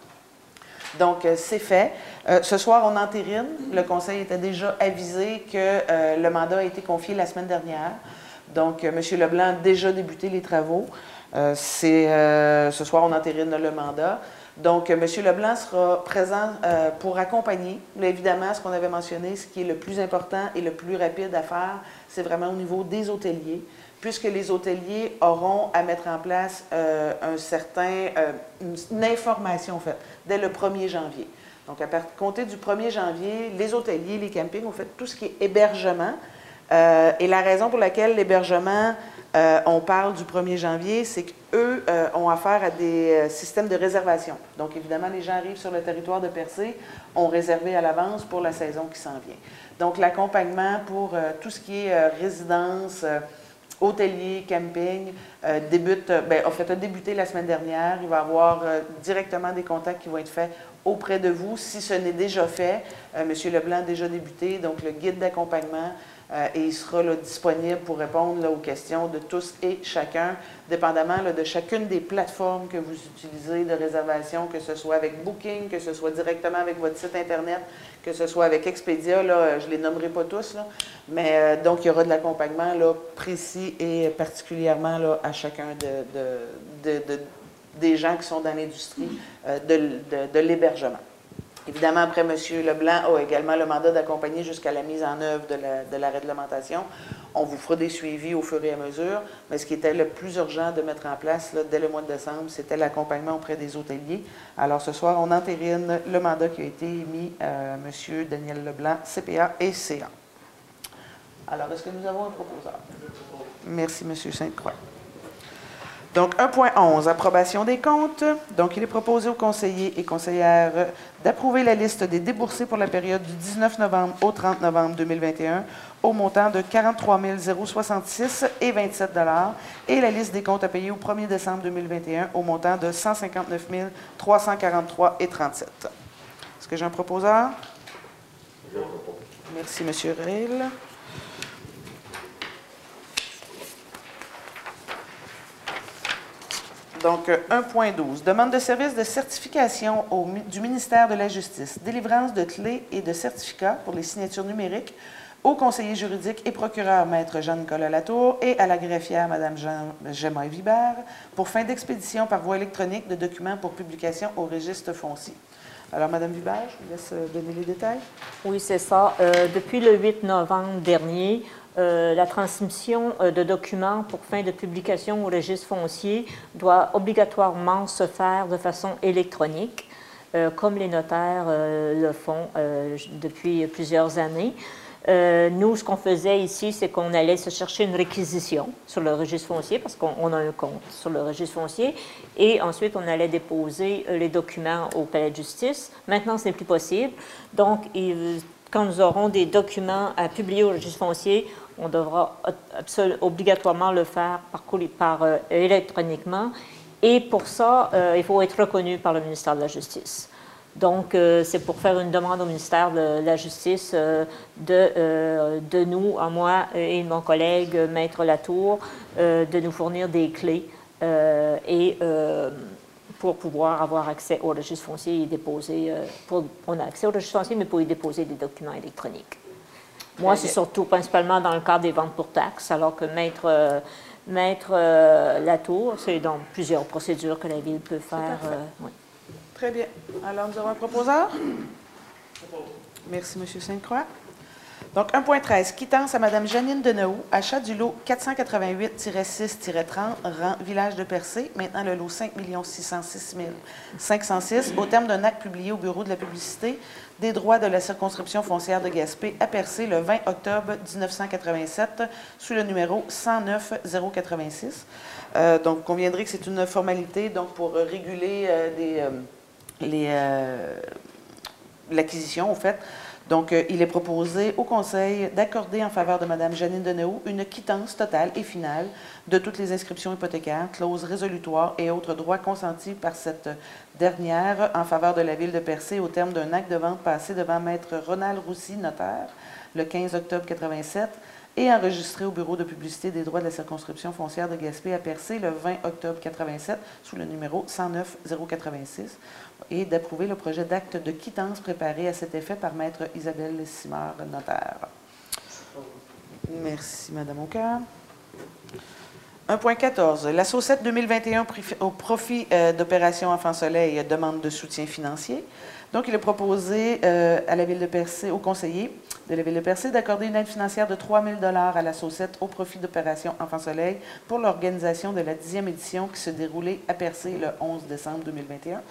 Donc, euh, c'est fait. Euh, ce soir, on entérine. Le conseil était déjà avisé que euh, le mandat a été confié la semaine dernière. Donc, euh, M. Leblanc a déjà débuté les travaux. Euh, c'est, euh, ce soir, on entérine le mandat. Donc, M. Leblanc sera présent euh, pour accompagner. Mais évidemment, ce qu'on avait mentionné, ce qui est le plus important et le plus rapide à faire, c'est vraiment au niveau des hôteliers, puisque les hôteliers auront à mettre en place euh, un certain, euh, une, une information, en fait, dès le premier janvier. Donc, à compter du premier janvier, les hôteliers, les campings ont fait tout ce qui est hébergement. Euh, et la raison pour laquelle l'hébergement, euh, on parle du premier janvier, c'est qu'eux euh, ont affaire à des euh, systèmes de réservation. Donc, évidemment, les gens arrivent sur le territoire de Percé, ont réservé à l'avance pour la saison qui s'en vient. Donc, l'accompagnement pour euh, tout ce qui est euh, résidence, euh, hôtelier, camping, euh, débute, euh, bien, en fait, a débuté la semaine dernière. Il va y avoir euh, directement des contacts qui vont être faits auprès de vous. Si ce n'est déjà fait, euh, M. Leblanc a déjà débuté, donc le guide d'accompagnement Euh, et il sera là, disponible pour répondre là, aux questions de tous et chacun, dépendamment là, de chacune des plateformes que vous utilisez de réservation, que ce soit avec Booking, que ce soit directement avec votre site Internet, que ce soit avec Expedia. Là, je ne les nommerai pas tous, là, mais euh, donc il y aura de l'accompagnement là, précis et particulièrement là, à chacun de, de, de, de, des gens qui sont dans l'industrie euh, de, de, de l'hébergement. Évidemment, après, M. Leblanc a également le mandat d'accompagner jusqu'à la mise en œuvre de la, de la réglementation. On vous fera des suivis au fur et à mesure, mais ce qui était le plus urgent de mettre en place là, dès le mois de décembre, c'était l'accompagnement auprès des hôteliers. Alors, ce soir, on entérine le mandat qui a été émis à M. Daniel Leblanc, C P A et C A. Alors, est-ce que nous avons un proposeur? Merci, M. Sainte-Croix. Donc, un point onze, approbation des comptes. Donc, il est proposé aux conseillers et conseillères d'approuver la liste des déboursés pour la période du dix-neuf novembre au trente novembre deux mille vingt et un au montant de quarante-trois mille soixante-six et vingt-sept dollars et la liste des comptes à payer au premier décembre deux mille vingt et un au montant de cent cinquante-neuf mille trois cent quarante-trois et trente-sept. Est-ce que j'ai un proposeur? Merci, M. Ril. Donc, un point douze. Demande de service de certification au, du ministère de la Justice. Délivrance de clés et de certificats pour les signatures numériques au conseiller juridique et procureur Maître Jean-Nicolas Latour et à la greffière Mme Gemma Vibert pour fin d'expédition par voie électronique de documents pour publication au registre foncier. Alors, Mme Vibert, je vous laisse donner les détails. Oui, c'est ça. Euh, depuis le huit novembre dernier, Euh, la transmission euh, de documents pour fin de publication au registre foncier doit obligatoirement se faire de façon électronique, euh, comme les notaires euh, le font euh, depuis plusieurs années. Euh, nous, ce qu'on faisait ici, c'est qu'on allait se chercher une réquisition sur le registre foncier, parce qu'on a un compte sur le registre foncier, et ensuite, on allait déposer euh, les documents au palais de justice. Maintenant, ce n'est plus possible. Donc, il, quand nous aurons des documents à publier au registre foncier, on devra obligatoirement le faire par, par euh, électroniquement. Et pour ça, euh, il faut être reconnu par le ministère de la Justice. Donc, euh, c'est pour faire une demande au ministère de la Justice euh, de, euh, de nous, à moi et mon collègue, Maître Latour, euh, de nous fournir des clés euh, et euh, pour pouvoir avoir accès au registre foncier et déposer, euh, pour, on a accès au registre foncier, mais pour y déposer des documents électroniques. Moi, c'est surtout principalement dans le cadre des ventes pour taxes, alors que Maître, euh, Maître euh, Latour, c'est dans plusieurs procédures que la Ville peut faire. Euh, oui. Très bien. Alors, nous avons un proposeur. Merci, M. Sainte-Croix. Donc, un point treize, quittance à Mme Janine Deneau, achat du lot quatre cent quatre-vingt-huit tiret six tiret trente, rang Village de Percé, maintenant le lot cinq millions six cent six mille cinq cent six, au terme d'un acte publié au Bureau de la publicité des droits de la circonscription foncière de Gaspé à Percé le vingt octobre mille neuf cent quatre-vingt-sept, sous le numéro cent neuf zéro quatre-vingt-six. Euh, donc, vous conviendrez que c'est une formalité donc, pour réguler euh, des, euh, les, euh, l'acquisition, en fait. Donc, euh, il est proposé au Conseil d'accorder en faveur de Mme Janine Deneau une quittance totale et finale de toutes les inscriptions hypothécaires, clauses résolutoires et autres droits consentis par cette dernière en faveur de la Ville de Percé au terme d'un acte de vente passé devant Maître Ronald Roussy, notaire, le quinze octobre quatre-vingt-sept, et enregistré au Bureau de publicité des droits de la circonscription foncière de Gaspé à Percé le vingt octobre quatre-vingt-sept sous le numéro cent neuf zéro quatre-vingt-six et d'approuver le projet d'acte de quittance préparé à cet effet par Maître Isabelle Simard, notaire. Merci, Mme Aucoeur. un point quatorze. La SAUCET deux mille vingt et un au profit euh, d'Opération Enfant Soleil demande de soutien financier. Donc, il est proposé euh, à la Ville de Percé, aux conseillers de la Ville de Percé, d'accorder une aide financière de trois mille dollars à la SAUCET au profit d'Opération Enfant Soleil pour l'organisation de la dixième édition qui se déroulait à Percé le onze décembre deux mille vingt et un.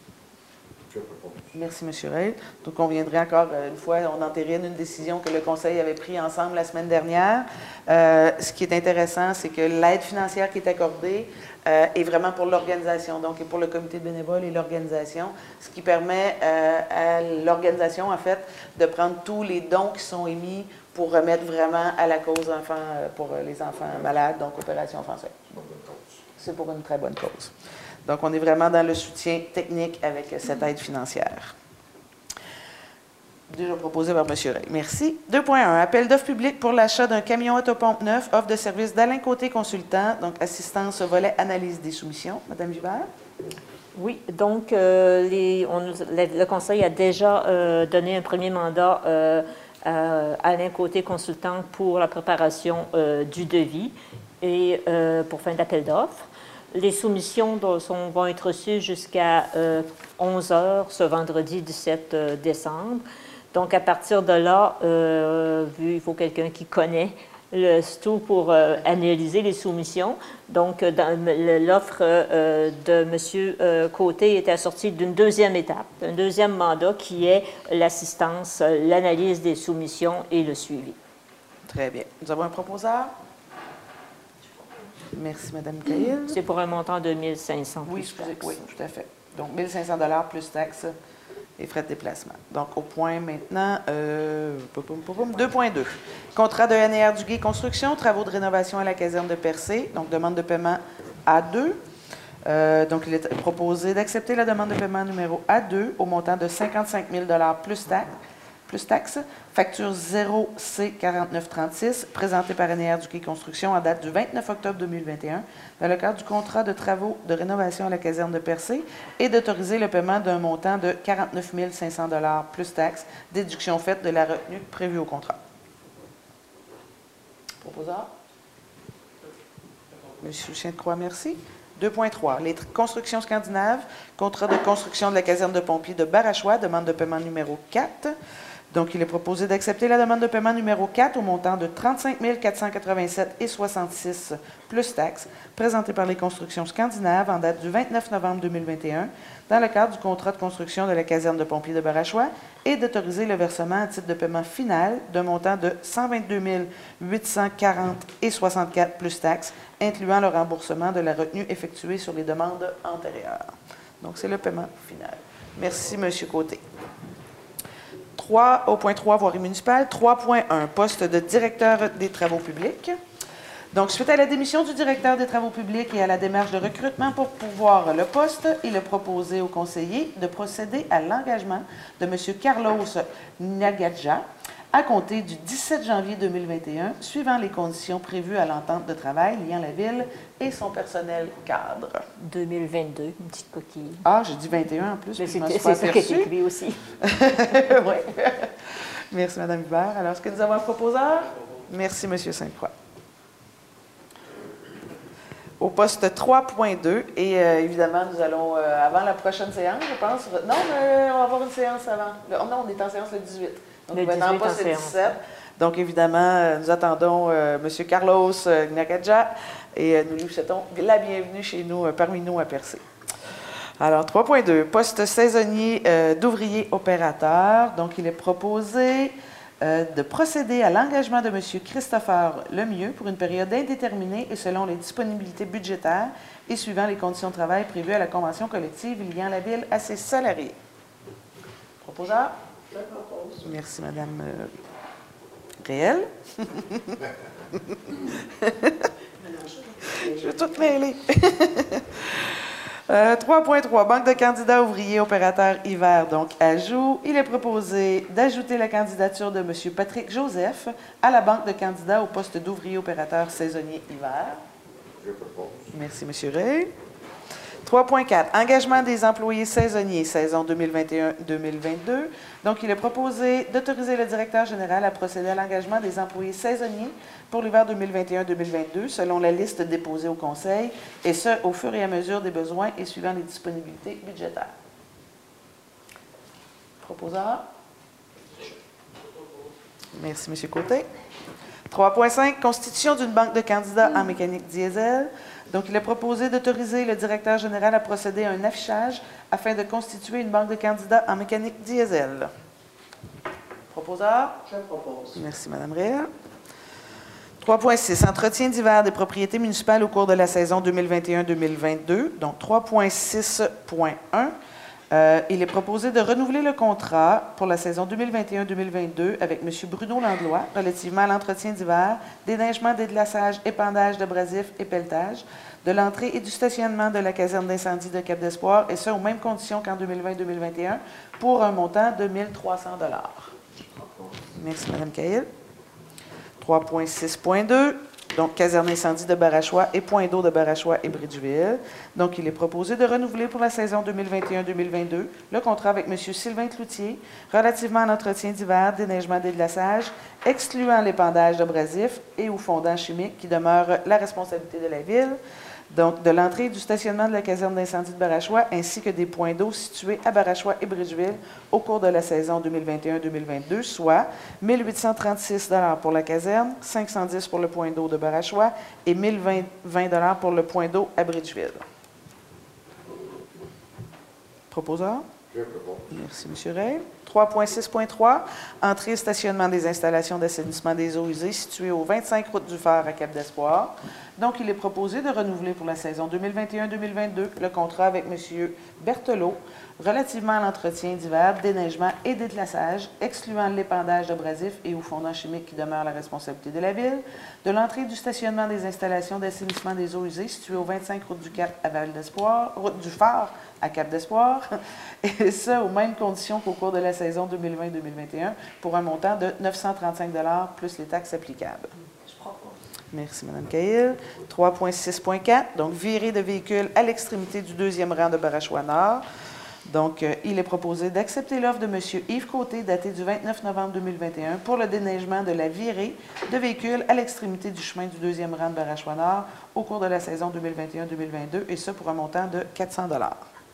Merci, M. Rey. Donc, on viendrait encore une fois, on entérine une décision que le Conseil avait prise ensemble la semaine dernière. Euh, ce qui est intéressant, c'est que l'aide financière qui est accordée euh, est vraiment pour l'organisation, donc et pour le comité de bénévoles et l'organisation, ce qui permet euh, à l'organisation, en fait, de prendre tous les dons qui sont émis pour remettre vraiment à la cause enfants, pour les enfants malades, donc Opération Enfant Soleil. C'est pour une très bonne cause. Donc, on est vraiment dans le soutien technique avec cette aide financière. Déjà proposé par M. Ray. Merci. deux point un. Appel d'offres public pour l'achat d'un camion autopompe neuf, offre de service d'Alain Côté Consultant, donc assistance au volet analyse des soumissions. Madame Gibert? Oui, donc euh, les, on, le, le Conseil a déjà euh, donné un premier mandat euh, à Alain Côté Consultant pour la préparation euh, du devis et euh, pour fin d'appel d'offres. Les soumissions sont, vont être reçues jusqu'à euh, onze heures ce vendredi dix-sept décembre. Donc, à partir de là, euh, vu il faut quelqu'un qui connaît le S T O pour euh, analyser les soumissions. Donc, l'offre euh, de M. Euh, Côté est assortie d'une deuxième étape, un deuxième mandat qui est l'assistance, l'analyse des soumissions et le suivi. Très bien. Nous avons un proposeur. Merci, Mme Cahill. C'est pour un montant de mille cinq cents Oui, plus excusez, taxes. oui, tout à fait. Donc, mille cinq cents dollars plus taxes et frais de déplacement. Donc, au point maintenant, euh, deux point deux. Contrat de N R Duguay Construction, travaux de rénovation à la caserne de Percé. Donc, demande de paiement A deux. Euh, donc, il est proposé d'accepter la demande de paiement numéro A deux au montant de cinquante-cinq mille dollars plus taxes. plus taxes, facture zéro C quarante-neuf trente-six, présentée par N R Duguay Construction en date du vingt-neuf octobre deux mille vingt et un, dans le cadre du contrat de travaux de rénovation à la caserne de Percé, et d'autoriser le paiement d'un montant de quarante-neuf mille cinq cents dollars plus taxes, déduction faite de la retenue prévue au contrat. Proposeur? Monsieur Chien-de-Croix, merci. deux point trois. Les constructions scandinaves, contrat de construction de la caserne de pompiers de Barachois, demande de paiement numéro quatre. Donc, il est proposé d'accepter la demande de paiement numéro quatre au montant de trente-cinq mille quatre cent quatre-vingt-sept virgule soixante-six plus taxes, présentée par les constructions scandinaves en date du vingt-neuf novembre deux mille vingt et un, dans le cadre du contrat de construction de la caserne de pompiers de Barachois, et d'autoriser le versement à titre de paiement final d'un montant de cent vingt-deux mille huit cent quarante virgule soixante-quatre plus taxes, incluant le remboursement de la retenue effectuée sur les demandes antérieures. Donc, c'est le paiement final. Merci, M. Côté. trois, au point trois, voirie municipale. trois point un, poste de directeur des travaux publics. Donc, suite à la démission du directeur des travaux publics et à la démarche de recrutement pour pourvoir le poste, il est proposé au conseiller de procéder à l'engagement de M. Carlos Nagadja à compter du dix-sept janvier deux mille vingt et un, suivant les conditions prévues à l'entente de travail liant la ville et son personnel cadre. deux mille vingt-deux, une petite coquille. Ah, j'ai dit vingt et un en plus, puis je m'en suis pas C'est ça qui est aperçue. écrit aussi. Oui. Merci, Mme Hubert. Alors, est-ce que nous avons un proposeur? Merci, M. Sainte-Croix. Au poste trois point deux, et euh, évidemment, nous allons, euh, avant la prochaine séance, je pense, non, mais on va avoir une séance avant. Le, oh non, on est en séance le dix-huit. Donc, Le on va être en dix-huit en poste le séance. dix-sept. Donc, évidemment, euh, nous attendons euh, M. Carlos euh, Nagadja et euh, nous lui souhaitons la bienvenue chez nous, euh, parmi nous à Percé. Alors, trois point deux, poste saisonnier euh, d'ouvrier opérateur. Donc, il est proposé euh, de procéder à l'engagement de M. Christopher Lemieux pour une période indéterminée et selon les disponibilités budgétaires et suivant les conditions de travail prévues à la convention collective liant la ville à ses salariés. Proposeur? Je propose. Merci, Mme euh, Réel. Je vais tout mêler. Euh, trois point trois, banque de candidats ouvriers opérateurs hiver, donc ajout. Il est proposé d'ajouter la candidature de M. Patrick Joseph à la banque de candidats au poste d'ouvrier opérateur saisonnier hiver. Je propose. Merci, M. Ray. trois point quatre, engagement des employés saisonniers, saison deux mille vingt et un deux mille vingt-deux. Donc, il est proposé d'autoriser le directeur général à procéder à l'engagement des employés saisonniers pour l'hiver deux mille vingt et un deux mille vingt-deux, selon la liste déposée au Conseil, et ce, au fur et à mesure des besoins et suivant les disponibilités budgétaires. Proposeur? Merci, M. Côté. trois point cinq, constitution d'une banque de candidats en mécanique diesel. Donc, il est proposé d'autoriser le directeur général à procéder à un affichage afin de constituer une banque de candidats en mécanique diesel. Proposeur? Je propose. Merci, Mme Réa. trois point six, entretien d'hiver des propriétés municipales au cours de la saison deux mille vingt et un deux mille vingt-deux. Donc, trois point six point un. Euh, il est proposé de renouveler le contrat pour la saison deux mille vingt et un deux mille vingt-deux avec M. Bruno Landlois relativement à l'entretien d'hiver, déneigement, déglaçage, épandage d'abrasifs et pelletage, de l'entrée et du stationnement de la caserne d'incendie de Cap d'Espoir, et ce, aux mêmes conditions qu'en deux mille vingt deux mille vingt et un, pour un montant de mille trois cents dollars. Merci, Mme Cahill. trois point six point deux, donc caserne incendie de Barachois et point d'eau de Barachois et Bridgeville. Donc, il est proposé de renouveler pour la saison deux mille vingt et un deux mille vingt-deux le contrat avec M. Sylvain Cloutier relativement à l'entretien d'hiver, déneigement, déglaçage, excluant l'épandage d'abrasifs et ou fondants chimiques qui demeurent la responsabilité de la Ville. Donc, de l'entrée et du stationnement de la caserne d'incendie de Barachois, ainsi que des points d'eau situés à Barachois et Bridgeville au cours de la saison deux mille vingt et un deux mille vingt-deux, soit mille huit cent trente-six dollars pour la caserne, cinq cent dix dollars pour le point d'eau de Barachois et mille vingt dollars pour le point d'eau à Bridgeville. Proposeur? Je propose. Merci, M. Ray. trois point six point trois, entrée et stationnement des installations d'assainissement des eaux usées situées au vingt-cinq route du Phare à Cap-d'Espoir. Donc, il est proposé de renouveler pour la saison deux mille vingt et un deux mille vingt-deux le contrat avec M. Berthelot relativement à l'entretien d'hiver, déneigement et déglaçage, excluant l'épandage d'abrasifs et ou fondants chimiques qui demeurent la responsabilité de la Ville, de l'entrée et du stationnement des installations d'assainissement des eaux usées situées au vingt-cinq route du Cap à Val-d'Espoir, route du Phare à Cap-d'Espoir, et ça aux mêmes conditions qu'au cours de la saison deux mille vingt deux mille vingt et un, pour un montant de neuf cent trente-cinq dollars plus les taxes applicables. Je propose. Merci, Mme Cahill. trois point six point quatre, donc virée de véhicules à l'extrémité du deuxième rang de Barachois Nord. Donc, euh, il est proposé d'accepter l'offre de M. Yves Côté, datée du vingt-neuf novembre deux mille vingt et un, pour le déneigement de la virée de véhicules à l'extrémité du chemin du deuxième rang de Barachois Nord au cours de la saison deux mille vingt et un deux mille vingt-deux, et ce pour un montant de quatre cents dollars.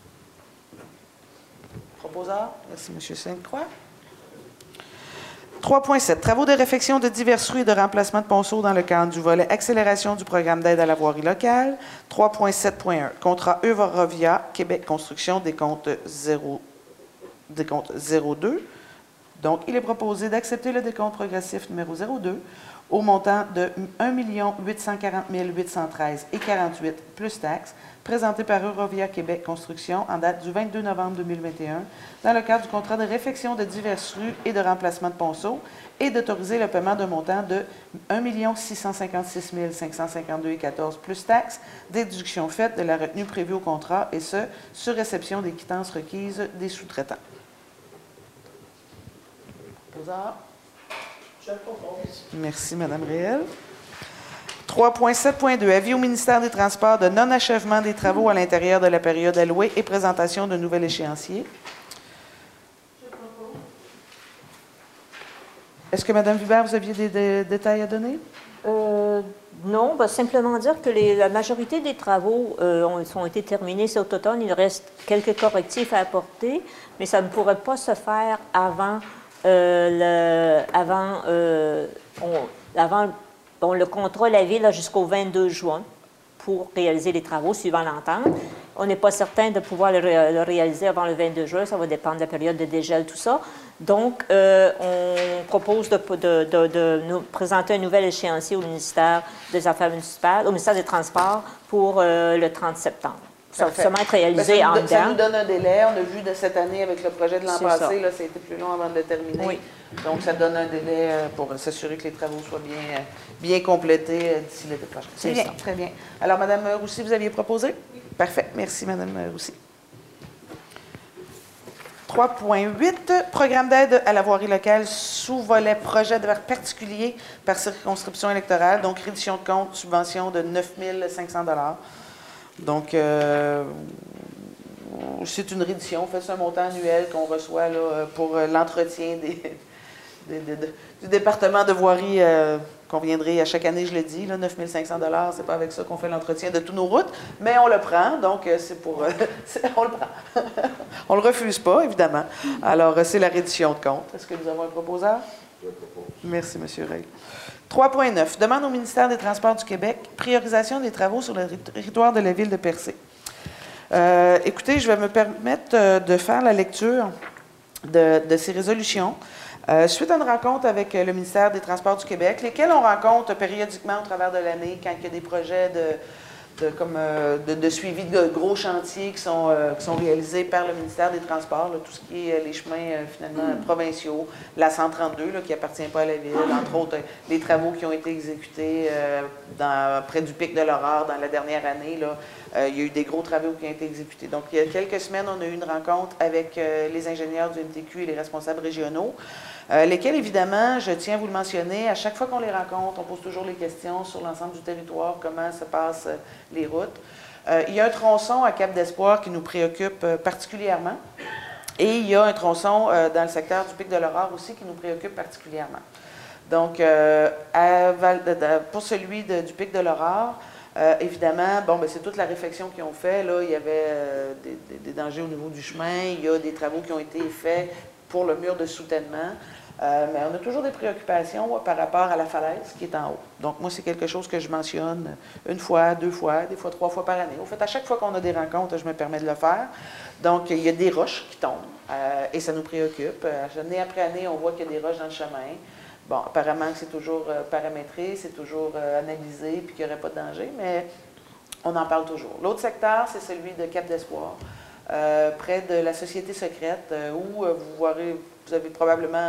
Proposeur? Merci, M. Sainte-Croix. trois point sept. Travaux de réfection de diverses rues et de remplacement de ponceaux dans le cadre du volet accélération du programme d'aide à la voirie locale. trois point sept point un. Contrat Eurovia Québec Construction, décompte zéro deux. Donc, il est proposé d'accepter le décompte progressif numéro zéro deux au montant de un million huit cent quarante mille huit cent treize et quarante-huit plus taxes, présenté par Eurovia Québec Construction en date du vingt-deux novembre deux mille vingt et un, dans le cadre du contrat de réfection de diverses rues et de remplacement de ponceaux, et d'autoriser le paiement d'un montant de un million six cent cinquante-six mille cinq cent cinquante-deux et quatorze plus taxes, déduction faite de la retenue prévue au contrat, et ce, sur réception des quittances requises des sous-traitants. Proposeur? Je propose. Merci, Mme Réel. trois point sept point deux. Avis au ministère des Transports de non-achèvement des travaux à l'intérieur de la période allouée et présentation d'un nouvel échéancier. Je propose. Est-ce que, Mme Hubert, vous aviez des, des détails à donner? Euh, non, ben, simplement dire que les, la majorité des travaux euh, ont, ont été terminés cet automne. Il reste quelques correctifs à apporter, mais ça ne pourrait pas se faire avant, euh, le, avant, euh, on, avant bon, le contrat La Ville jusqu'au vingt-deux juin pour réaliser les travaux suivant l'entente. On n'est pas certain de pouvoir le, ré, le réaliser avant le vingt-deux juin. Ça va dépendre de la période de dégel, tout ça. Donc, euh, on propose de, de, de, de nous présenter un nouvel échéancier au ministère des Affaires municipales, au ministère des Transports pour euh, le trente septembre. Ça va seulement être réalisé en dedans. Ça nous donne un délai. On a vu de cette année avec le projet de l'an passé, là, ça a été plus long avant de le terminer. Oui. Donc, ça donne un délai pour s'assurer que les travaux soient bien, bien complétés d'ici l'été prochain. C'est bien, ça. Très bien. Alors, Mme Roussy, vous aviez proposé? Oui. Parfait. Merci, Mme Roussy. trois point huit, programme d'aide à la voirie locale sous volet projet de particulier par circonscription électorale, donc réduction de compte, subvention de neuf mille cinq cents dollars. Donc, euh, c'est une réduction. En fait, c'est un montant annuel qu'on reçoit là, pour l'entretien des, des, des, de, du département de voirie euh, qu'on viendrait à chaque année, je le dis, là, neuf mille cinq cents dollars. C'est pas avec ça qu'on fait l'entretien de toutes nos routes, mais on le prend. Donc, c'est pour... Euh, on le prend. On ne le refuse pas, évidemment. Alors, c'est la réduction de compte. Est-ce que nous avons un proposeur? Je propose. Merci, M. Ray. trois point neuf. Demande au ministère des Transports du Québec, priorisation des travaux sur le territoire de la ville de Percé. Euh, écoutez, je vais me permettre euh, de faire la lecture de, de ces résolutions. Euh, suite à une rencontre avec euh, le ministère des Transports du Québec, lesquels on rencontre périodiquement au travers de l'année quand il y a des projets de, de, comme, euh, de, de suivi de gros chantiers qui sont, euh, qui sont réalisés par le ministère des Transports, là, tout ce qui est euh, les chemins euh, finalement mm. provinciaux, la cent trente-deux là, qui appartient pas à la ville, entre autres euh, les travaux qui ont été exécutés euh, dans, près du pic de l'Aurore dans la dernière année, là, euh, il y a eu des gros travaux qui ont été exécutés. Donc, il y a quelques semaines, on a eu une rencontre avec euh, les ingénieurs du N T Q et les responsables régionaux, euh, lesquels, évidemment, je tiens à vous le mentionner, à chaque fois qu'on les rencontre, on pose toujours les questions sur l'ensemble du territoire, comment se passent euh, les routes. Euh, il y a un tronçon à Cap d'Espoir qui nous préoccupe euh, particulièrement. Et il y a un tronçon euh, dans le secteur du Pic de l'Aurore aussi qui nous préoccupe particulièrement. Donc, euh, à Val, de, de, pour celui de, du Pic de l'Aurore, euh, évidemment, bon, ben, c'est toute la réflexion qu'ils ont fait. Là, il y avait euh, des, des, des dangers au niveau du chemin. Il y a des travaux qui ont été faits pour le mur de soutènement. Euh, mais on a toujours des préoccupations ouais, par rapport à la falaise qui est en haut. Donc, moi, c'est quelque chose que je mentionne une fois, deux fois, des fois trois fois par année. Au fait, à chaque fois qu'on a des rencontres, je me permets de le faire. Donc, il y a des roches qui tombent euh, et ça nous préoccupe. Euh, année après année, on voit qu'il y a des roches dans le chemin. Bon, apparemment que c'est toujours euh, paramétré, c'est toujours euh, analysé puis qu'il n'y aurait pas de danger, mais on en parle toujours. L'autre secteur, c'est celui de Cap d'Espoir, euh, près de la Société secrète, euh, où euh, vous voirez... Vous avez probablement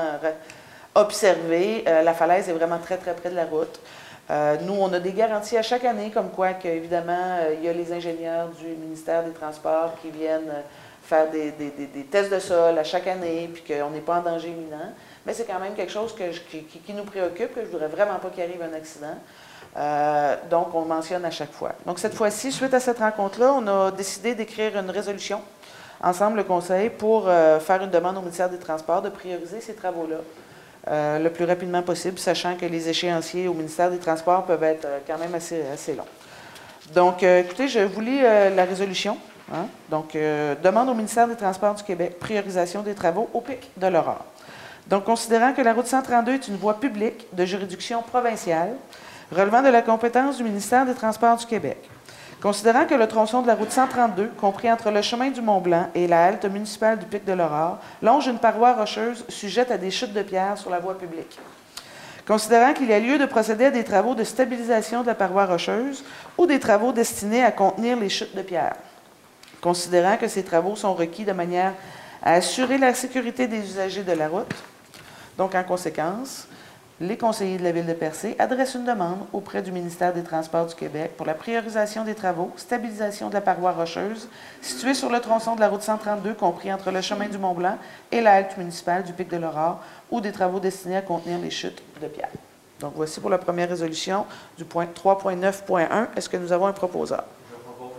observé, euh, la falaise est vraiment très, très près de la route. Euh, nous, on a des garanties à chaque année, comme quoi, qu'évidemment, euh, il y a les ingénieurs du ministère des Transports qui viennent faire des, des, des, des tests de sol à chaque année, puis qu'on n'est pas en danger imminent. Mais c'est quand même quelque chose que je, qui, qui nous préoccupe, que je ne voudrais vraiment pas qu'il arrive un accident. Euh, donc, on le mentionne à chaque fois. Donc, cette fois-ci, suite à cette rencontre-là, on a décidé d'écrire une résolution ensemble, le Conseil, pour euh, faire une demande au ministère des Transports de prioriser ces travaux-là euh, le plus rapidement possible, sachant que les échéanciers au ministère des Transports peuvent être euh, quand même assez, assez longs. Donc, euh, écoutez, je vous lis euh, la résolution. Hein? Donc, euh, demande au ministère des Transports du Québec, priorisation des travaux au Pic de l'Aurore. Donc, considérant que la route cent trente-deux est une voie publique de juridiction provinciale relevant de la compétence du ministère des Transports du Québec, considérant que le tronçon de la route cent trente-deux, compris entre le chemin du Mont-Blanc et la halte municipale du Pic de l'Aurore, longe une paroi rocheuse sujette à des chutes de pierre sur la voie publique. Considérant qu'il y a lieu de procéder à des travaux de stabilisation de la paroi rocheuse ou des travaux destinés à contenir les chutes de pierre. Considérant que ces travaux sont requis de manière à assurer la sécurité des usagers de la route. Donc, en conséquence, les conseillers de la Ville de Percé adressent une demande auprès du ministère des Transports du Québec pour la priorisation des travaux, stabilisation de la paroi rocheuse située sur le tronçon de la route cent trente-deux, compris entre le chemin du Mont-Blanc et la halte municipale du Pic de l'Aurore, ou des travaux destinés à contenir les chutes de pierre. Donc, voici pour la première résolution du point trois point neuf point un. Est-ce que nous avons un proposeur? Je propose.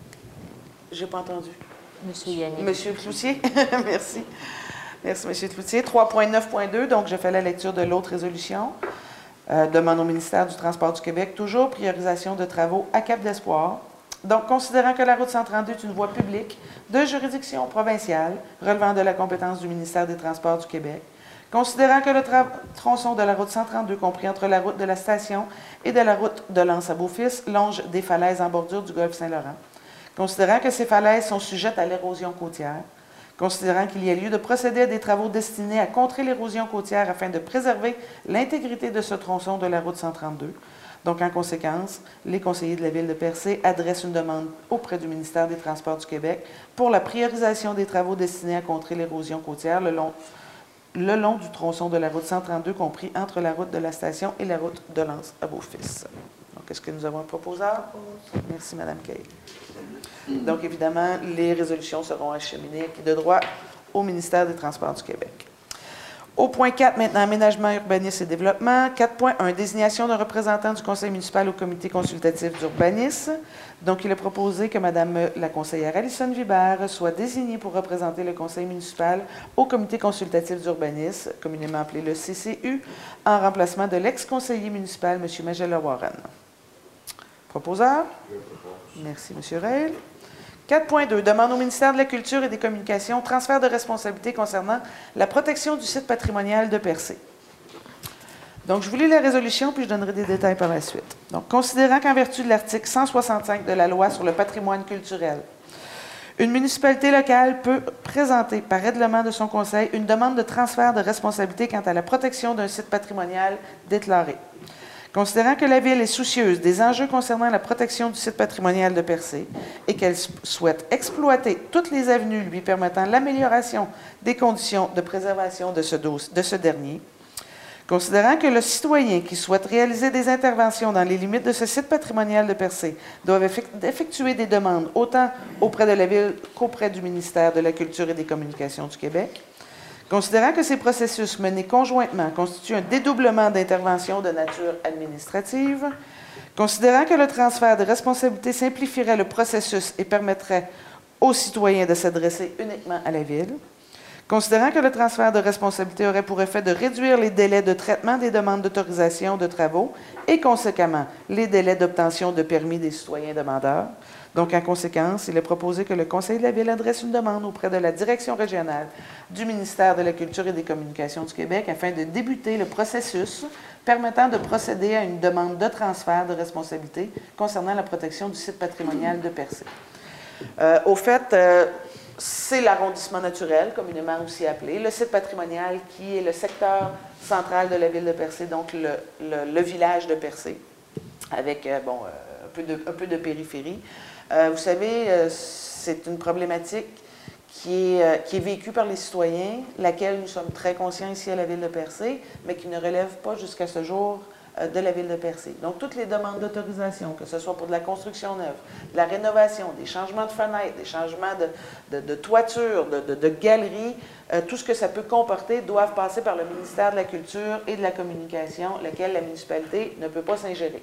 Je n'ai pas entendu. Monsieur Yannick. Monsieur Cloutier, merci. Merci, M. Cloutier. trois point neuf point deux, donc je fais la lecture de l'autre résolution. Euh, demande au ministère du Transport du Québec, toujours priorisation de travaux à Cap d'Espoir. Donc, considérant que la route cent trente-deux est une voie publique de juridiction provinciale relevant de la compétence du ministère des Transports du Québec, considérant que le tronçon de la route cent trente-deux, compris entre la route de la station et de la route de l'Anse à Beaufils, longe des falaises en bordure du golfe Saint-Laurent, considérant que ces falaises sont sujettes à l'érosion côtière, considérant qu'il y a lieu de procéder à des travaux destinés à contrer l'érosion côtière afin de préserver l'intégrité de ce tronçon de la route cent trente-deux. Donc, en conséquence, les conseillers de la Ville de Percé adressent une demande auprès du ministère des Transports du Québec pour la priorisation des travaux destinés à contrer l'érosion côtière le long, le long du tronçon de la route cent trente-deux, compris entre la route de la station et la route de l'Anse à Beaufils. Donc, est-ce que nous avons un proposeur? Merci, Mme Kay. Donc, évidemment, les résolutions seront acheminées de droit au ministère des Transports du Québec. Au point quatre, maintenant, aménagement, urbanisme et développement. quatre point un, désignation d'un représentant du conseil municipal au comité consultatif d'urbanisme. Donc, il est proposé que Mme la conseillère Alison Vibert soit désignée pour représenter le conseil municipal au comité consultatif d'urbanisme, communément appelé le C C U, en remplacement de l'ex-conseiller municipal, M. Magella Warren. Proposeur? Merci, M. Reil. quatre point deux, demande au ministère de la Culture et des Communications transfert de responsabilité concernant la protection du site patrimonial de Percé. Donc, je vous lis la résolution, puis je donnerai des détails par la suite. Donc, considérant qu'en vertu de l'article cent soixante-cinq de la Loi sur le patrimoine culturel, une municipalité locale peut présenter par règlement de son conseil une demande de transfert de responsabilité quant à la protection d'un site patrimonial déclaré. Considérant que la Ville est soucieuse des enjeux concernant la protection du site patrimonial de Percé et qu'elle souhaite exploiter toutes les avenues lui permettant l'amélioration des conditions de préservation de ce, dos, de ce dernier, Considérant que le citoyen qui souhaite réaliser des interventions dans les limites de ce site patrimonial de Percé doit effectuer des demandes autant auprès de la Ville qu'auprès du ministère de la Culture et des Communications du Québec. Considérant que ces processus menés conjointement constituent un dédoublement d'interventions de nature administrative. Considérant que le transfert de responsabilité simplifierait le processus et permettrait aux citoyens de s'adresser uniquement à la Ville. Considérant que le transfert de responsabilité aurait pour effet de réduire les délais de traitement des demandes d'autorisation de travaux et, conséquemment, les délais d'obtention de permis des citoyens demandeurs. Donc, en conséquence, il est proposé que le Conseil de la Ville adresse une demande auprès de la Direction régionale du ministère de la Culture et des Communications du Québec afin de débuter le processus permettant de procéder à une demande de transfert de responsabilité concernant la protection du site patrimonial de Percé. Euh, au fait, euh, c'est l'arrondissement naturel, communément aussi appelé, le site patrimonial qui est le secteur central de la ville de Percé, donc le, le, le village de Percé, avec euh, bon, euh, un, peu de, un peu de périphérie. Euh, vous savez, euh, c'est une problématique qui est, euh, qui est vécue par les citoyens, laquelle nous sommes très conscients ici à la ville de Percé, mais qui ne relève pas jusqu'à ce jour de la ville de Percé. Donc, toutes les demandes d'autorisation, que ce soit pour de la construction neuve, de la rénovation, des changements de fenêtres, des changements de, de, de toiture, de, de, de galeries, euh, tout ce que ça peut comporter doivent passer par le ministère de la Culture et de la Communication, lequel la municipalité ne peut pas s'ingérer.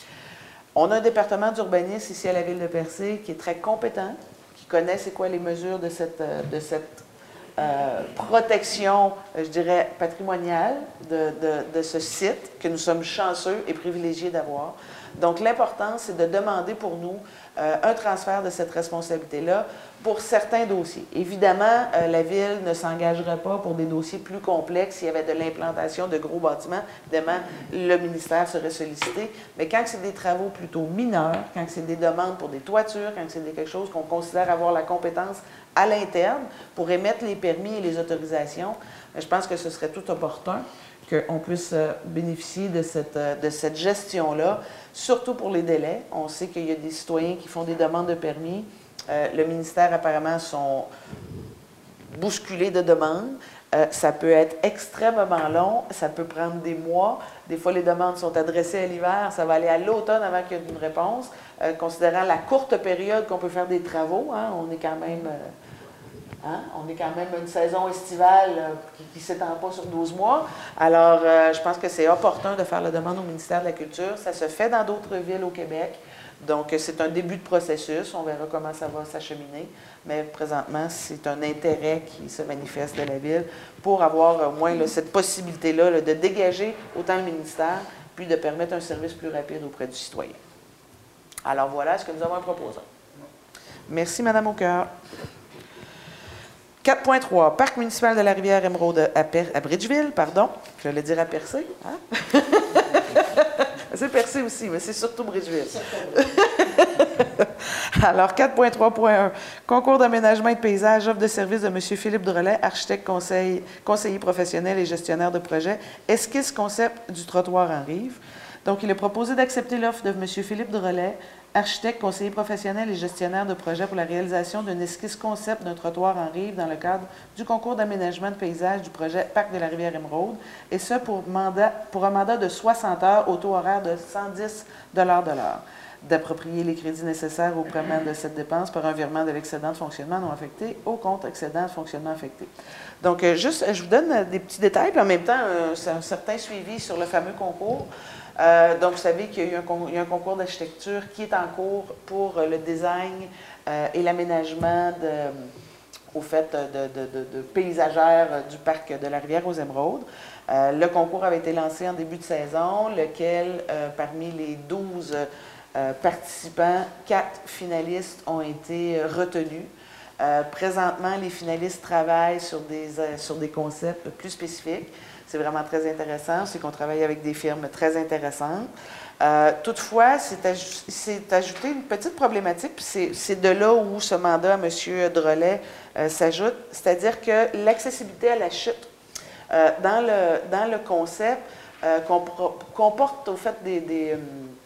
On a un département d'urbanisme ici à la ville de Percé qui est très compétent, qui connaît c'est quoi les mesures de cette, de cette Euh, protection, je dirais, patrimoniale de, de, de ce site que nous sommes chanceux et privilégiés d'avoir. Donc, l'important, c'est de demander pour nous euh, un transfert de cette responsabilité-là pour certains dossiers. Évidemment, euh, la Ville ne s'engagerait pas pour des dossiers plus complexes s'il y avait de l'implantation de gros bâtiments. Évidemment, le ministère serait sollicité. Mais quand c'est des travaux plutôt mineurs, quand c'est des demandes pour des toitures, quand c'est quelque chose qu'on considère avoir la compétence à l'interne pour émettre les permis et les autorisations, je pense que ce serait tout opportun qu'on puisse bénéficier de cette, de cette gestion-là, surtout pour les délais. On sait qu'il y a des citoyens qui font des demandes de permis. Euh, le ministère, apparemment, sont bousculés de demandes. Euh, ça peut être extrêmement long, ça peut prendre des mois. Des fois, les demandes sont adressées à l'hiver, ça va aller à l'automne avant qu'il y ait une réponse. Euh, considérant la courte période qu'on peut faire des travaux, hein, on est quand même... Euh, Hein? On est quand même une saison estivale euh, qui ne s'étend pas sur douze mois. Alors, euh, je pense que c'est opportun de faire la demande au ministère de la Culture. Ça se fait dans d'autres villes au Québec. Donc, c'est un début de processus. On verra comment ça va s'acheminer. Mais présentement, c'est un intérêt qui se manifeste de la Ville pour avoir au moins là, cette possibilité-là là, de dégager autant le ministère, puis de permettre un service plus rapide auprès du citoyen. Alors, voilà ce que nous avons à proposer. Merci, Mme Aucoeur. quatre point trois, Parc municipal de la Rivière-Émeraude à, à Bridgeville, pardon. Je voulais dire à Percé. Hein? C'est Percé aussi, mais c'est surtout Bridgeville. Alors, quatre point trois point un, Concours d'aménagement et de paysage, offre de service de M. Philippe Drolet, architecte, conseil, conseiller professionnel et gestionnaire de projet, esquisse concept du trottoir en rive. Donc, il est proposé d'accepter l'offre de M. Philippe Drolet, architecte, conseiller professionnel et gestionnaire de projet pour la réalisation d'un esquisse concept d'un trottoir en rive dans le cadre du concours d'aménagement de paysage du projet Parc de la Rivière-Émeraude, et ce pour, mandat, pour un mandat de soixante heures au taux horaire de cent dix dollars de l'heure. D'approprier les crédits nécessaires au paiement de cette dépense par un virement de l'excédent de fonctionnement non affecté au compte excédent de fonctionnement affecté. Donc, euh, juste, je vous donne des petits détails, puis en même temps, euh, un certain suivi sur le fameux concours. Euh, donc, vous savez qu'il y a eu un, il y a un concours d'architecture qui est en cours pour le design euh, et l'aménagement de, au fait de, de, de, de paysagère du parc de la Rivière-aux-Émeraudes. Euh, le concours avait été lancé en début de saison, lequel, euh, parmi les douze euh, participants, quatre finalistes ont été retenus. Euh, présentement, les finalistes travaillent sur des, euh, sur des concepts plus spécifiques. C'est vraiment très intéressant. C'est qu'on travaille avec des firmes très intéressantes. Euh, toutefois, c'est aj ajouté une petite problématique, puis c'est de là où ce mandat à M. Drolet euh, s'ajoute, c'est-à-dire que l'accessibilité à la chute euh, dans, le, dans le concept euh, comporte au fait des, des,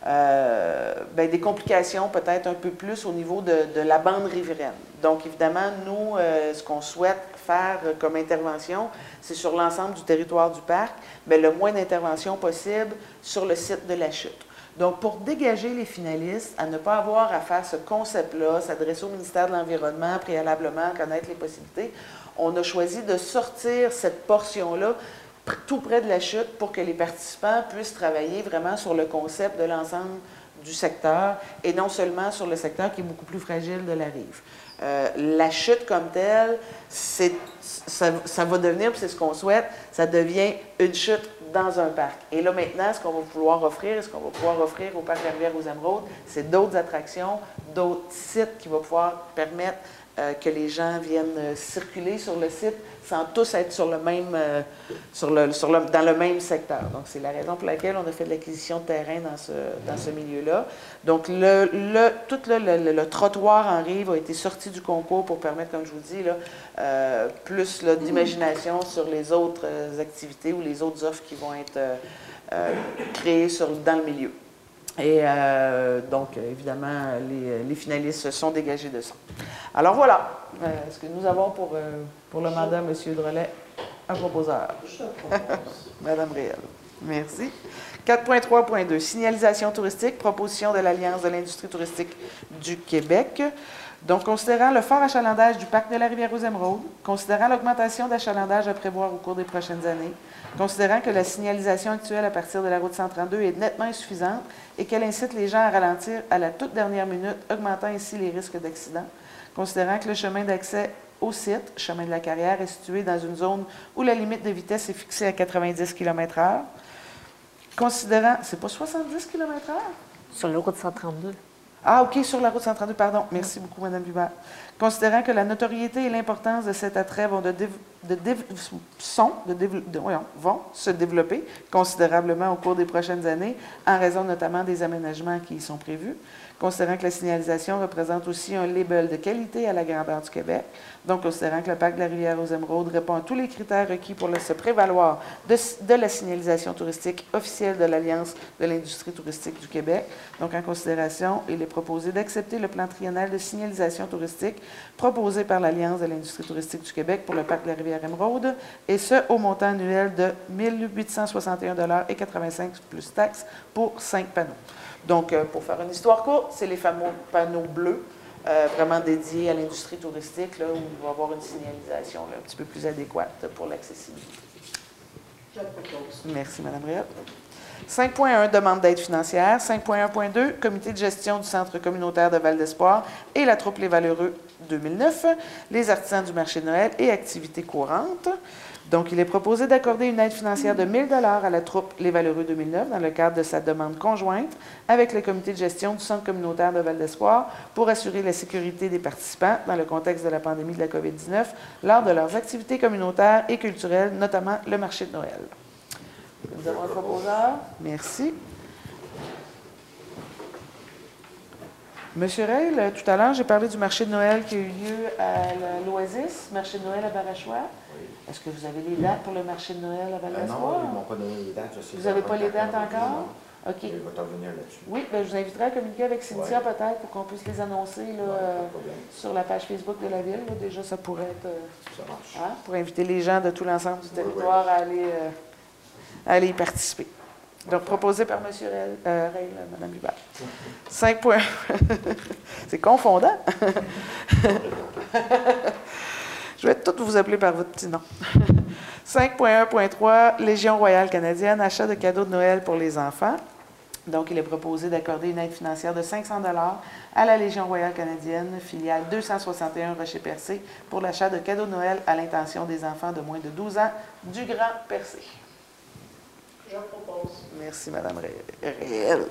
euh, ben, des complications peut-être un peu plus au niveau de, de la bande riveraine. Donc, évidemment, nous, euh, ce qu'on souhaite faire comme intervention, c'est sur l'ensemble du territoire du parc, mais le moins d'intervention possible sur le site de la chute. Donc, pour dégager les finalistes, à ne pas avoir à faire ce concept-là, s'adresser au ministère de l'Environnement préalablement, connaître les possibilités, on a choisi de sortir cette portion-là tout près de la chute pour que les participants puissent travailler vraiment sur le concept de l'ensemble du secteur et non seulement sur le secteur qui est beaucoup plus fragile de la rive. Euh, la chute comme telle, c'est, ça, ça va devenir, puis c'est ce qu'on souhaite, ça devient une chute dans un parc. Et là, maintenant, ce qu'on va pouvoir offrir, ce qu'on va pouvoir offrir au Parc de la Rivière aux Émeraudes, c'est d'autres attractions, d'autres sites qui vont pouvoir permettre euh, que les gens viennent euh, circuler sur le site sans tous être sur le même, euh, sur le, sur le, dans le même secteur. Donc, c'est la raison pour laquelle on a fait de l'acquisition de terrain dans ce, dans ce milieu-là. Donc, le, le, tout le, le, le trottoir en rive a été sorti du concours pour permettre, comme je vous dis, là, euh, plus là, d'imagination sur les autres euh, activités ou les autres offres qui vont être euh, euh, créées sur, dans le milieu. Et euh, donc, évidemment, les, les finalistes se sont dégagés de ça. Alors voilà, euh, ce que nous avons pour, euh, pour le mandat, M. Drolet, un proposeur. Madame Réel. Merci. quatre point trois point deux, signalisation touristique, proposition de l'Alliance de l'industrie touristique du Québec. Donc, considérant le fort achalandage du parc de la Rivière aux Émeraudes, considérant l'augmentation d'achalandage à prévoir au cours des prochaines années, considérant que la signalisation actuelle à partir de la route cent trente-deux est nettement insuffisante et qu'elle incite les gens à ralentir à la toute dernière minute, augmentant ainsi les risques d'accident, considérant que le chemin d'accès au site, chemin de la Carrière, est situé dans une zone où la limite de vitesse est fixée à quatre-vingt-dix kilomètres heure, considérant... C'est pas soixante-dix kilomètres heure? Sur la route cent trente-deux. Ah, OK, sur la route cent trente-deux, pardon. Merci beaucoup, Mme Hubert. Considérant que la notoriété et l'importance de cet attrait vont, de, de, de, sont, de, de, voyons, vont se développer considérablement au cours des prochaines années, en raison notamment des aménagements qui y sont prévus, considérant que la signalisation représente aussi un label de qualité à la grandeur du Québec, donc considérant que le parc de la Rivière aux Émeraudes répond à tous les critères requis pour le, se prévaloir de, de la signalisation touristique officielle de l'Alliance de l'industrie touristique du Québec, donc en considération, il est proposé d'accepter le plan triennal de signalisation touristique proposé par l'Alliance de l'industrie touristique du Québec pour le parc de la Rivière Émeraude, et ce, au montant annuel de mille huit cent soixante et un dollars et quatre-vingt-cinq plus taxes pour cinq panneaux. Donc, euh, pour faire une histoire courte, c'est les fameux panneaux bleus, euh, vraiment dédiés à l'industrie touristique, là, où il va y avoir une signalisation là, un petit peu plus adéquate pour l'accessibilité. Je propose. Merci, Mme Réal. cinq point un, demande d'aide financière. cinq point un point deux, comité de gestion du Centre communautaire de Val d'Espoir et la troupe Les Valeureux deux mille neuf, les artisans du marché de Noël et activités courantes. Donc, il est proposé d'accorder une aide financière de mille dollars à la troupe Les Valeureux deux mille neuf dans le cadre de sa demande conjointe avec le comité de gestion du Centre communautaire de Val d'Espoir pour assurer la sécurité des participants dans le contexte de la pandémie de la COVID dix-neuf lors de leurs activités communautaires et culturelles, notamment le marché de Noël. Nous avons un proposeur. Merci. Monsieur Reil, tout à l'heure, j'ai parlé du marché de Noël qui a eu lieu à l'Oasis, marché de Noël à Barachois. Oui. Est-ce que vous avez les dates pour le marché de Noël à Val Euh, d'Espoir? non, ils ne m'ont pas donné les dates. Je sais Vous n'avez pas les dates quand encore? non. OK. Je vais t'en revenir là-dessus. Oui, bien, je vous inviterai à communiquer avec Cynthia Ouais. peut-être pour qu'on puisse les annoncer là, Ouais, pas de euh, problème. sur la page Facebook de la Ville. Là. Déjà, ça pourrait être euh, Ça marche. hein, pour inviter les gens de tout l'ensemble du Oui, territoire oui. à aller, euh, à aller y participer. Donc, proposé par M. Reil, euh, Reil, Mme Hubert. cinq points. C'est confondant. Je vais tout vous appeler par votre petit nom. cinq point un point trois, Légion royale canadienne, achat de cadeaux de Noël pour les enfants. Donc, il est proposé d'accorder une aide financière de cinq cents dollars à la Légion royale canadienne, filiale deux cent soixante et un Rocher-Percé, pour l'achat de cadeaux de Noël à l'intention des enfants de moins de douze ans du Grand Percé. Je propose. Merci, Mme Réel.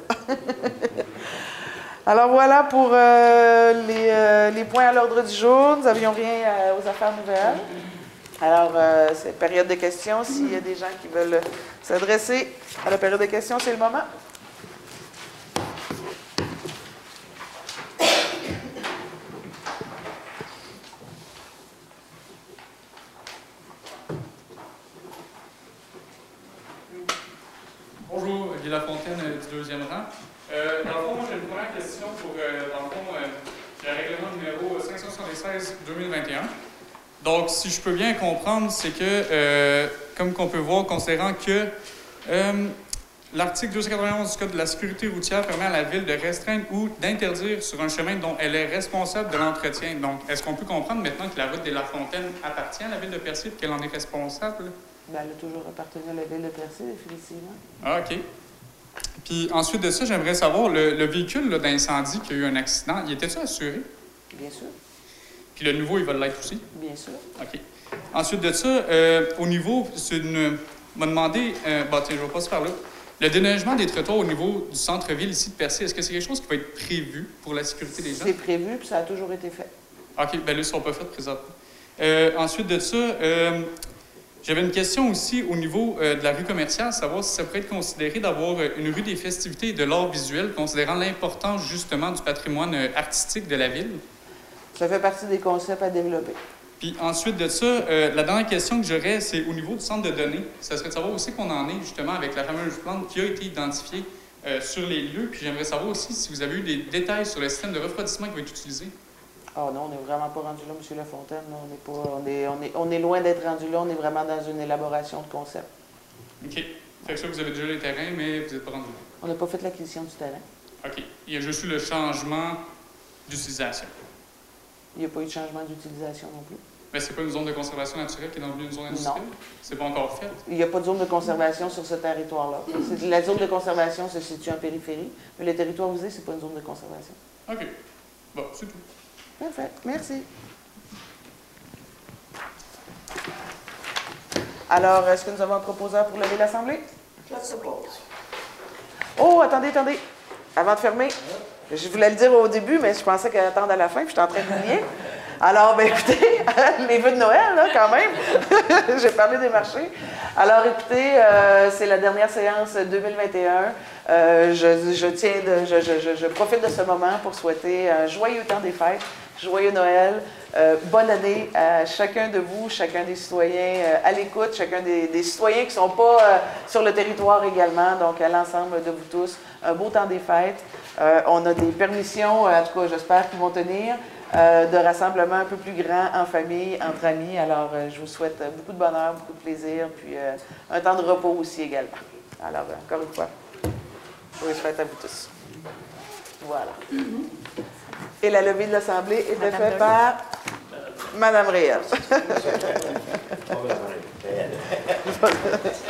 Alors, voilà pour euh, les, euh, les points à l'ordre du jour. Nous n'avions rien euh, aux affaires nouvelles. Alors, euh, c'est période de questions. S'il y a des gens qui veulent s'adresser à la période de questions, c'est le moment. Bonjour, Olivier Lafontaine euh, du deuxième rang. Euh, dans le fond, moi, j'ai une première question pour, euh, dans le fond, euh, le règlement numéro cinq cent soixante-seize deux mille vingt et un. Donc, si je peux bien comprendre, c'est que, euh, comme qu'on peut voir, considérant que euh, l'article deux cent quatre-vingt-onze du Code de la sécurité routière permet à la Ville de restreindre ou d'interdire sur un chemin dont elle est responsable de l'entretien. Donc, est-ce qu'on peut comprendre maintenant que la route des Lafontaines appartient à la Ville de Percé et qu'elle en est responsable? Bien, elle a toujours appartenu à la Ville de Percé, définitivement. Ah, OK. Puis ensuite de ça, j'aimerais savoir, le, le véhicule là, d'incendie qui a eu un accident, il était-tu assuré? Bien sûr. Puis le nouveau, il va l'être aussi? Bien sûr. OK. Ensuite de ça, euh, au niveau, c'est une... m'a demandé, euh, bah tiens, je vais passer par là. Le déneigement des trottoirs au niveau du centre-ville ici de Percé, est-ce que c'est quelque chose qui va être prévu pour la sécurité des gens? C'est prévu, puis ça a toujours été fait. OK, bien là, ils ne sont pas faits présentement. Euh, ensuite de ça, euh, j'avais une question aussi au niveau euh, de la rue commerciale, savoir si ça pourrait être considéré d'avoir euh, une rue des festivités et de l'art visuel, considérant l'importance justement du patrimoine euh, artistique de la ville. Ça fait partie des concepts à développer. Puis ensuite de ça, euh, la dernière question que j'aurais, c'est au niveau du centre de données. Ça serait de savoir aussi qu'on en est justement avec la fameuse plante qui a été identifiée euh, sur les lieux. Puis j'aimerais savoir aussi si vous avez eu des détails sur le système de refroidissement qui va être utilisé. Ah non, on n'est vraiment pas rendu là, M. Lafontaine. On est, pas, on est, on est, on est loin d'être rendu là. On est vraiment dans une élaboration de concept. OK. Fait que ça, vous avez déjà les terrains, mais vous n'êtes pas rendu là. On n'a pas fait l'acquisition du terrain. OK. Il y a juste eu le changement d'utilisation. Il n'y a pas eu de changement d'utilisation non plus. Mais c'est pas une zone de conservation naturelle qui est devenue une zone industrielle? Non. C'est pas encore fait? Il n'y a pas de zone de conservation sur ce territoire-là. La zone de conservation se situe en périphérie, mais le territoire visé, ce n'est pas une zone de conservation. OK. Bon, c'est tout. Parfait. Merci. Alors, est-ce que nous avons un proposeur pour lever l'Assemblée? Je la suppose. Oh, attendez, attendez. Avant de fermer, je voulais le dire au début, mais je pensais qu'elle attendait à la fin, puis j'étais en train d'oublier. Alors, bien écoutez, les vœux de Noël, là, quand même. J'ai parlé des marchés. Alors, écoutez, euh, c'est la dernière séance deux mille vingt et un. Euh, je, je tiens de, je, je, je profite de ce moment pour souhaiter un joyeux temps des fêtes, joyeux Noël, euh, bonne année à chacun de vous, chacun des citoyens euh, à l'écoute, chacun des, des citoyens qui ne sont pas euh, sur le territoire également, donc à l'ensemble de vous tous, un beau temps des fêtes. Euh, on a des permissions, en tout cas, j'espère qu'ils vont tenir. Euh, de rassemblements un peu plus grands en famille, entre amis. Alors, euh, je vous souhaite beaucoup de bonheur, beaucoup de plaisir, puis euh, un temps de repos aussi également. Alors, euh, encore une fois, joyeuses fêtes à vous tous. Voilà. Et la levée de l'Assemblée est faite par Mme Réal.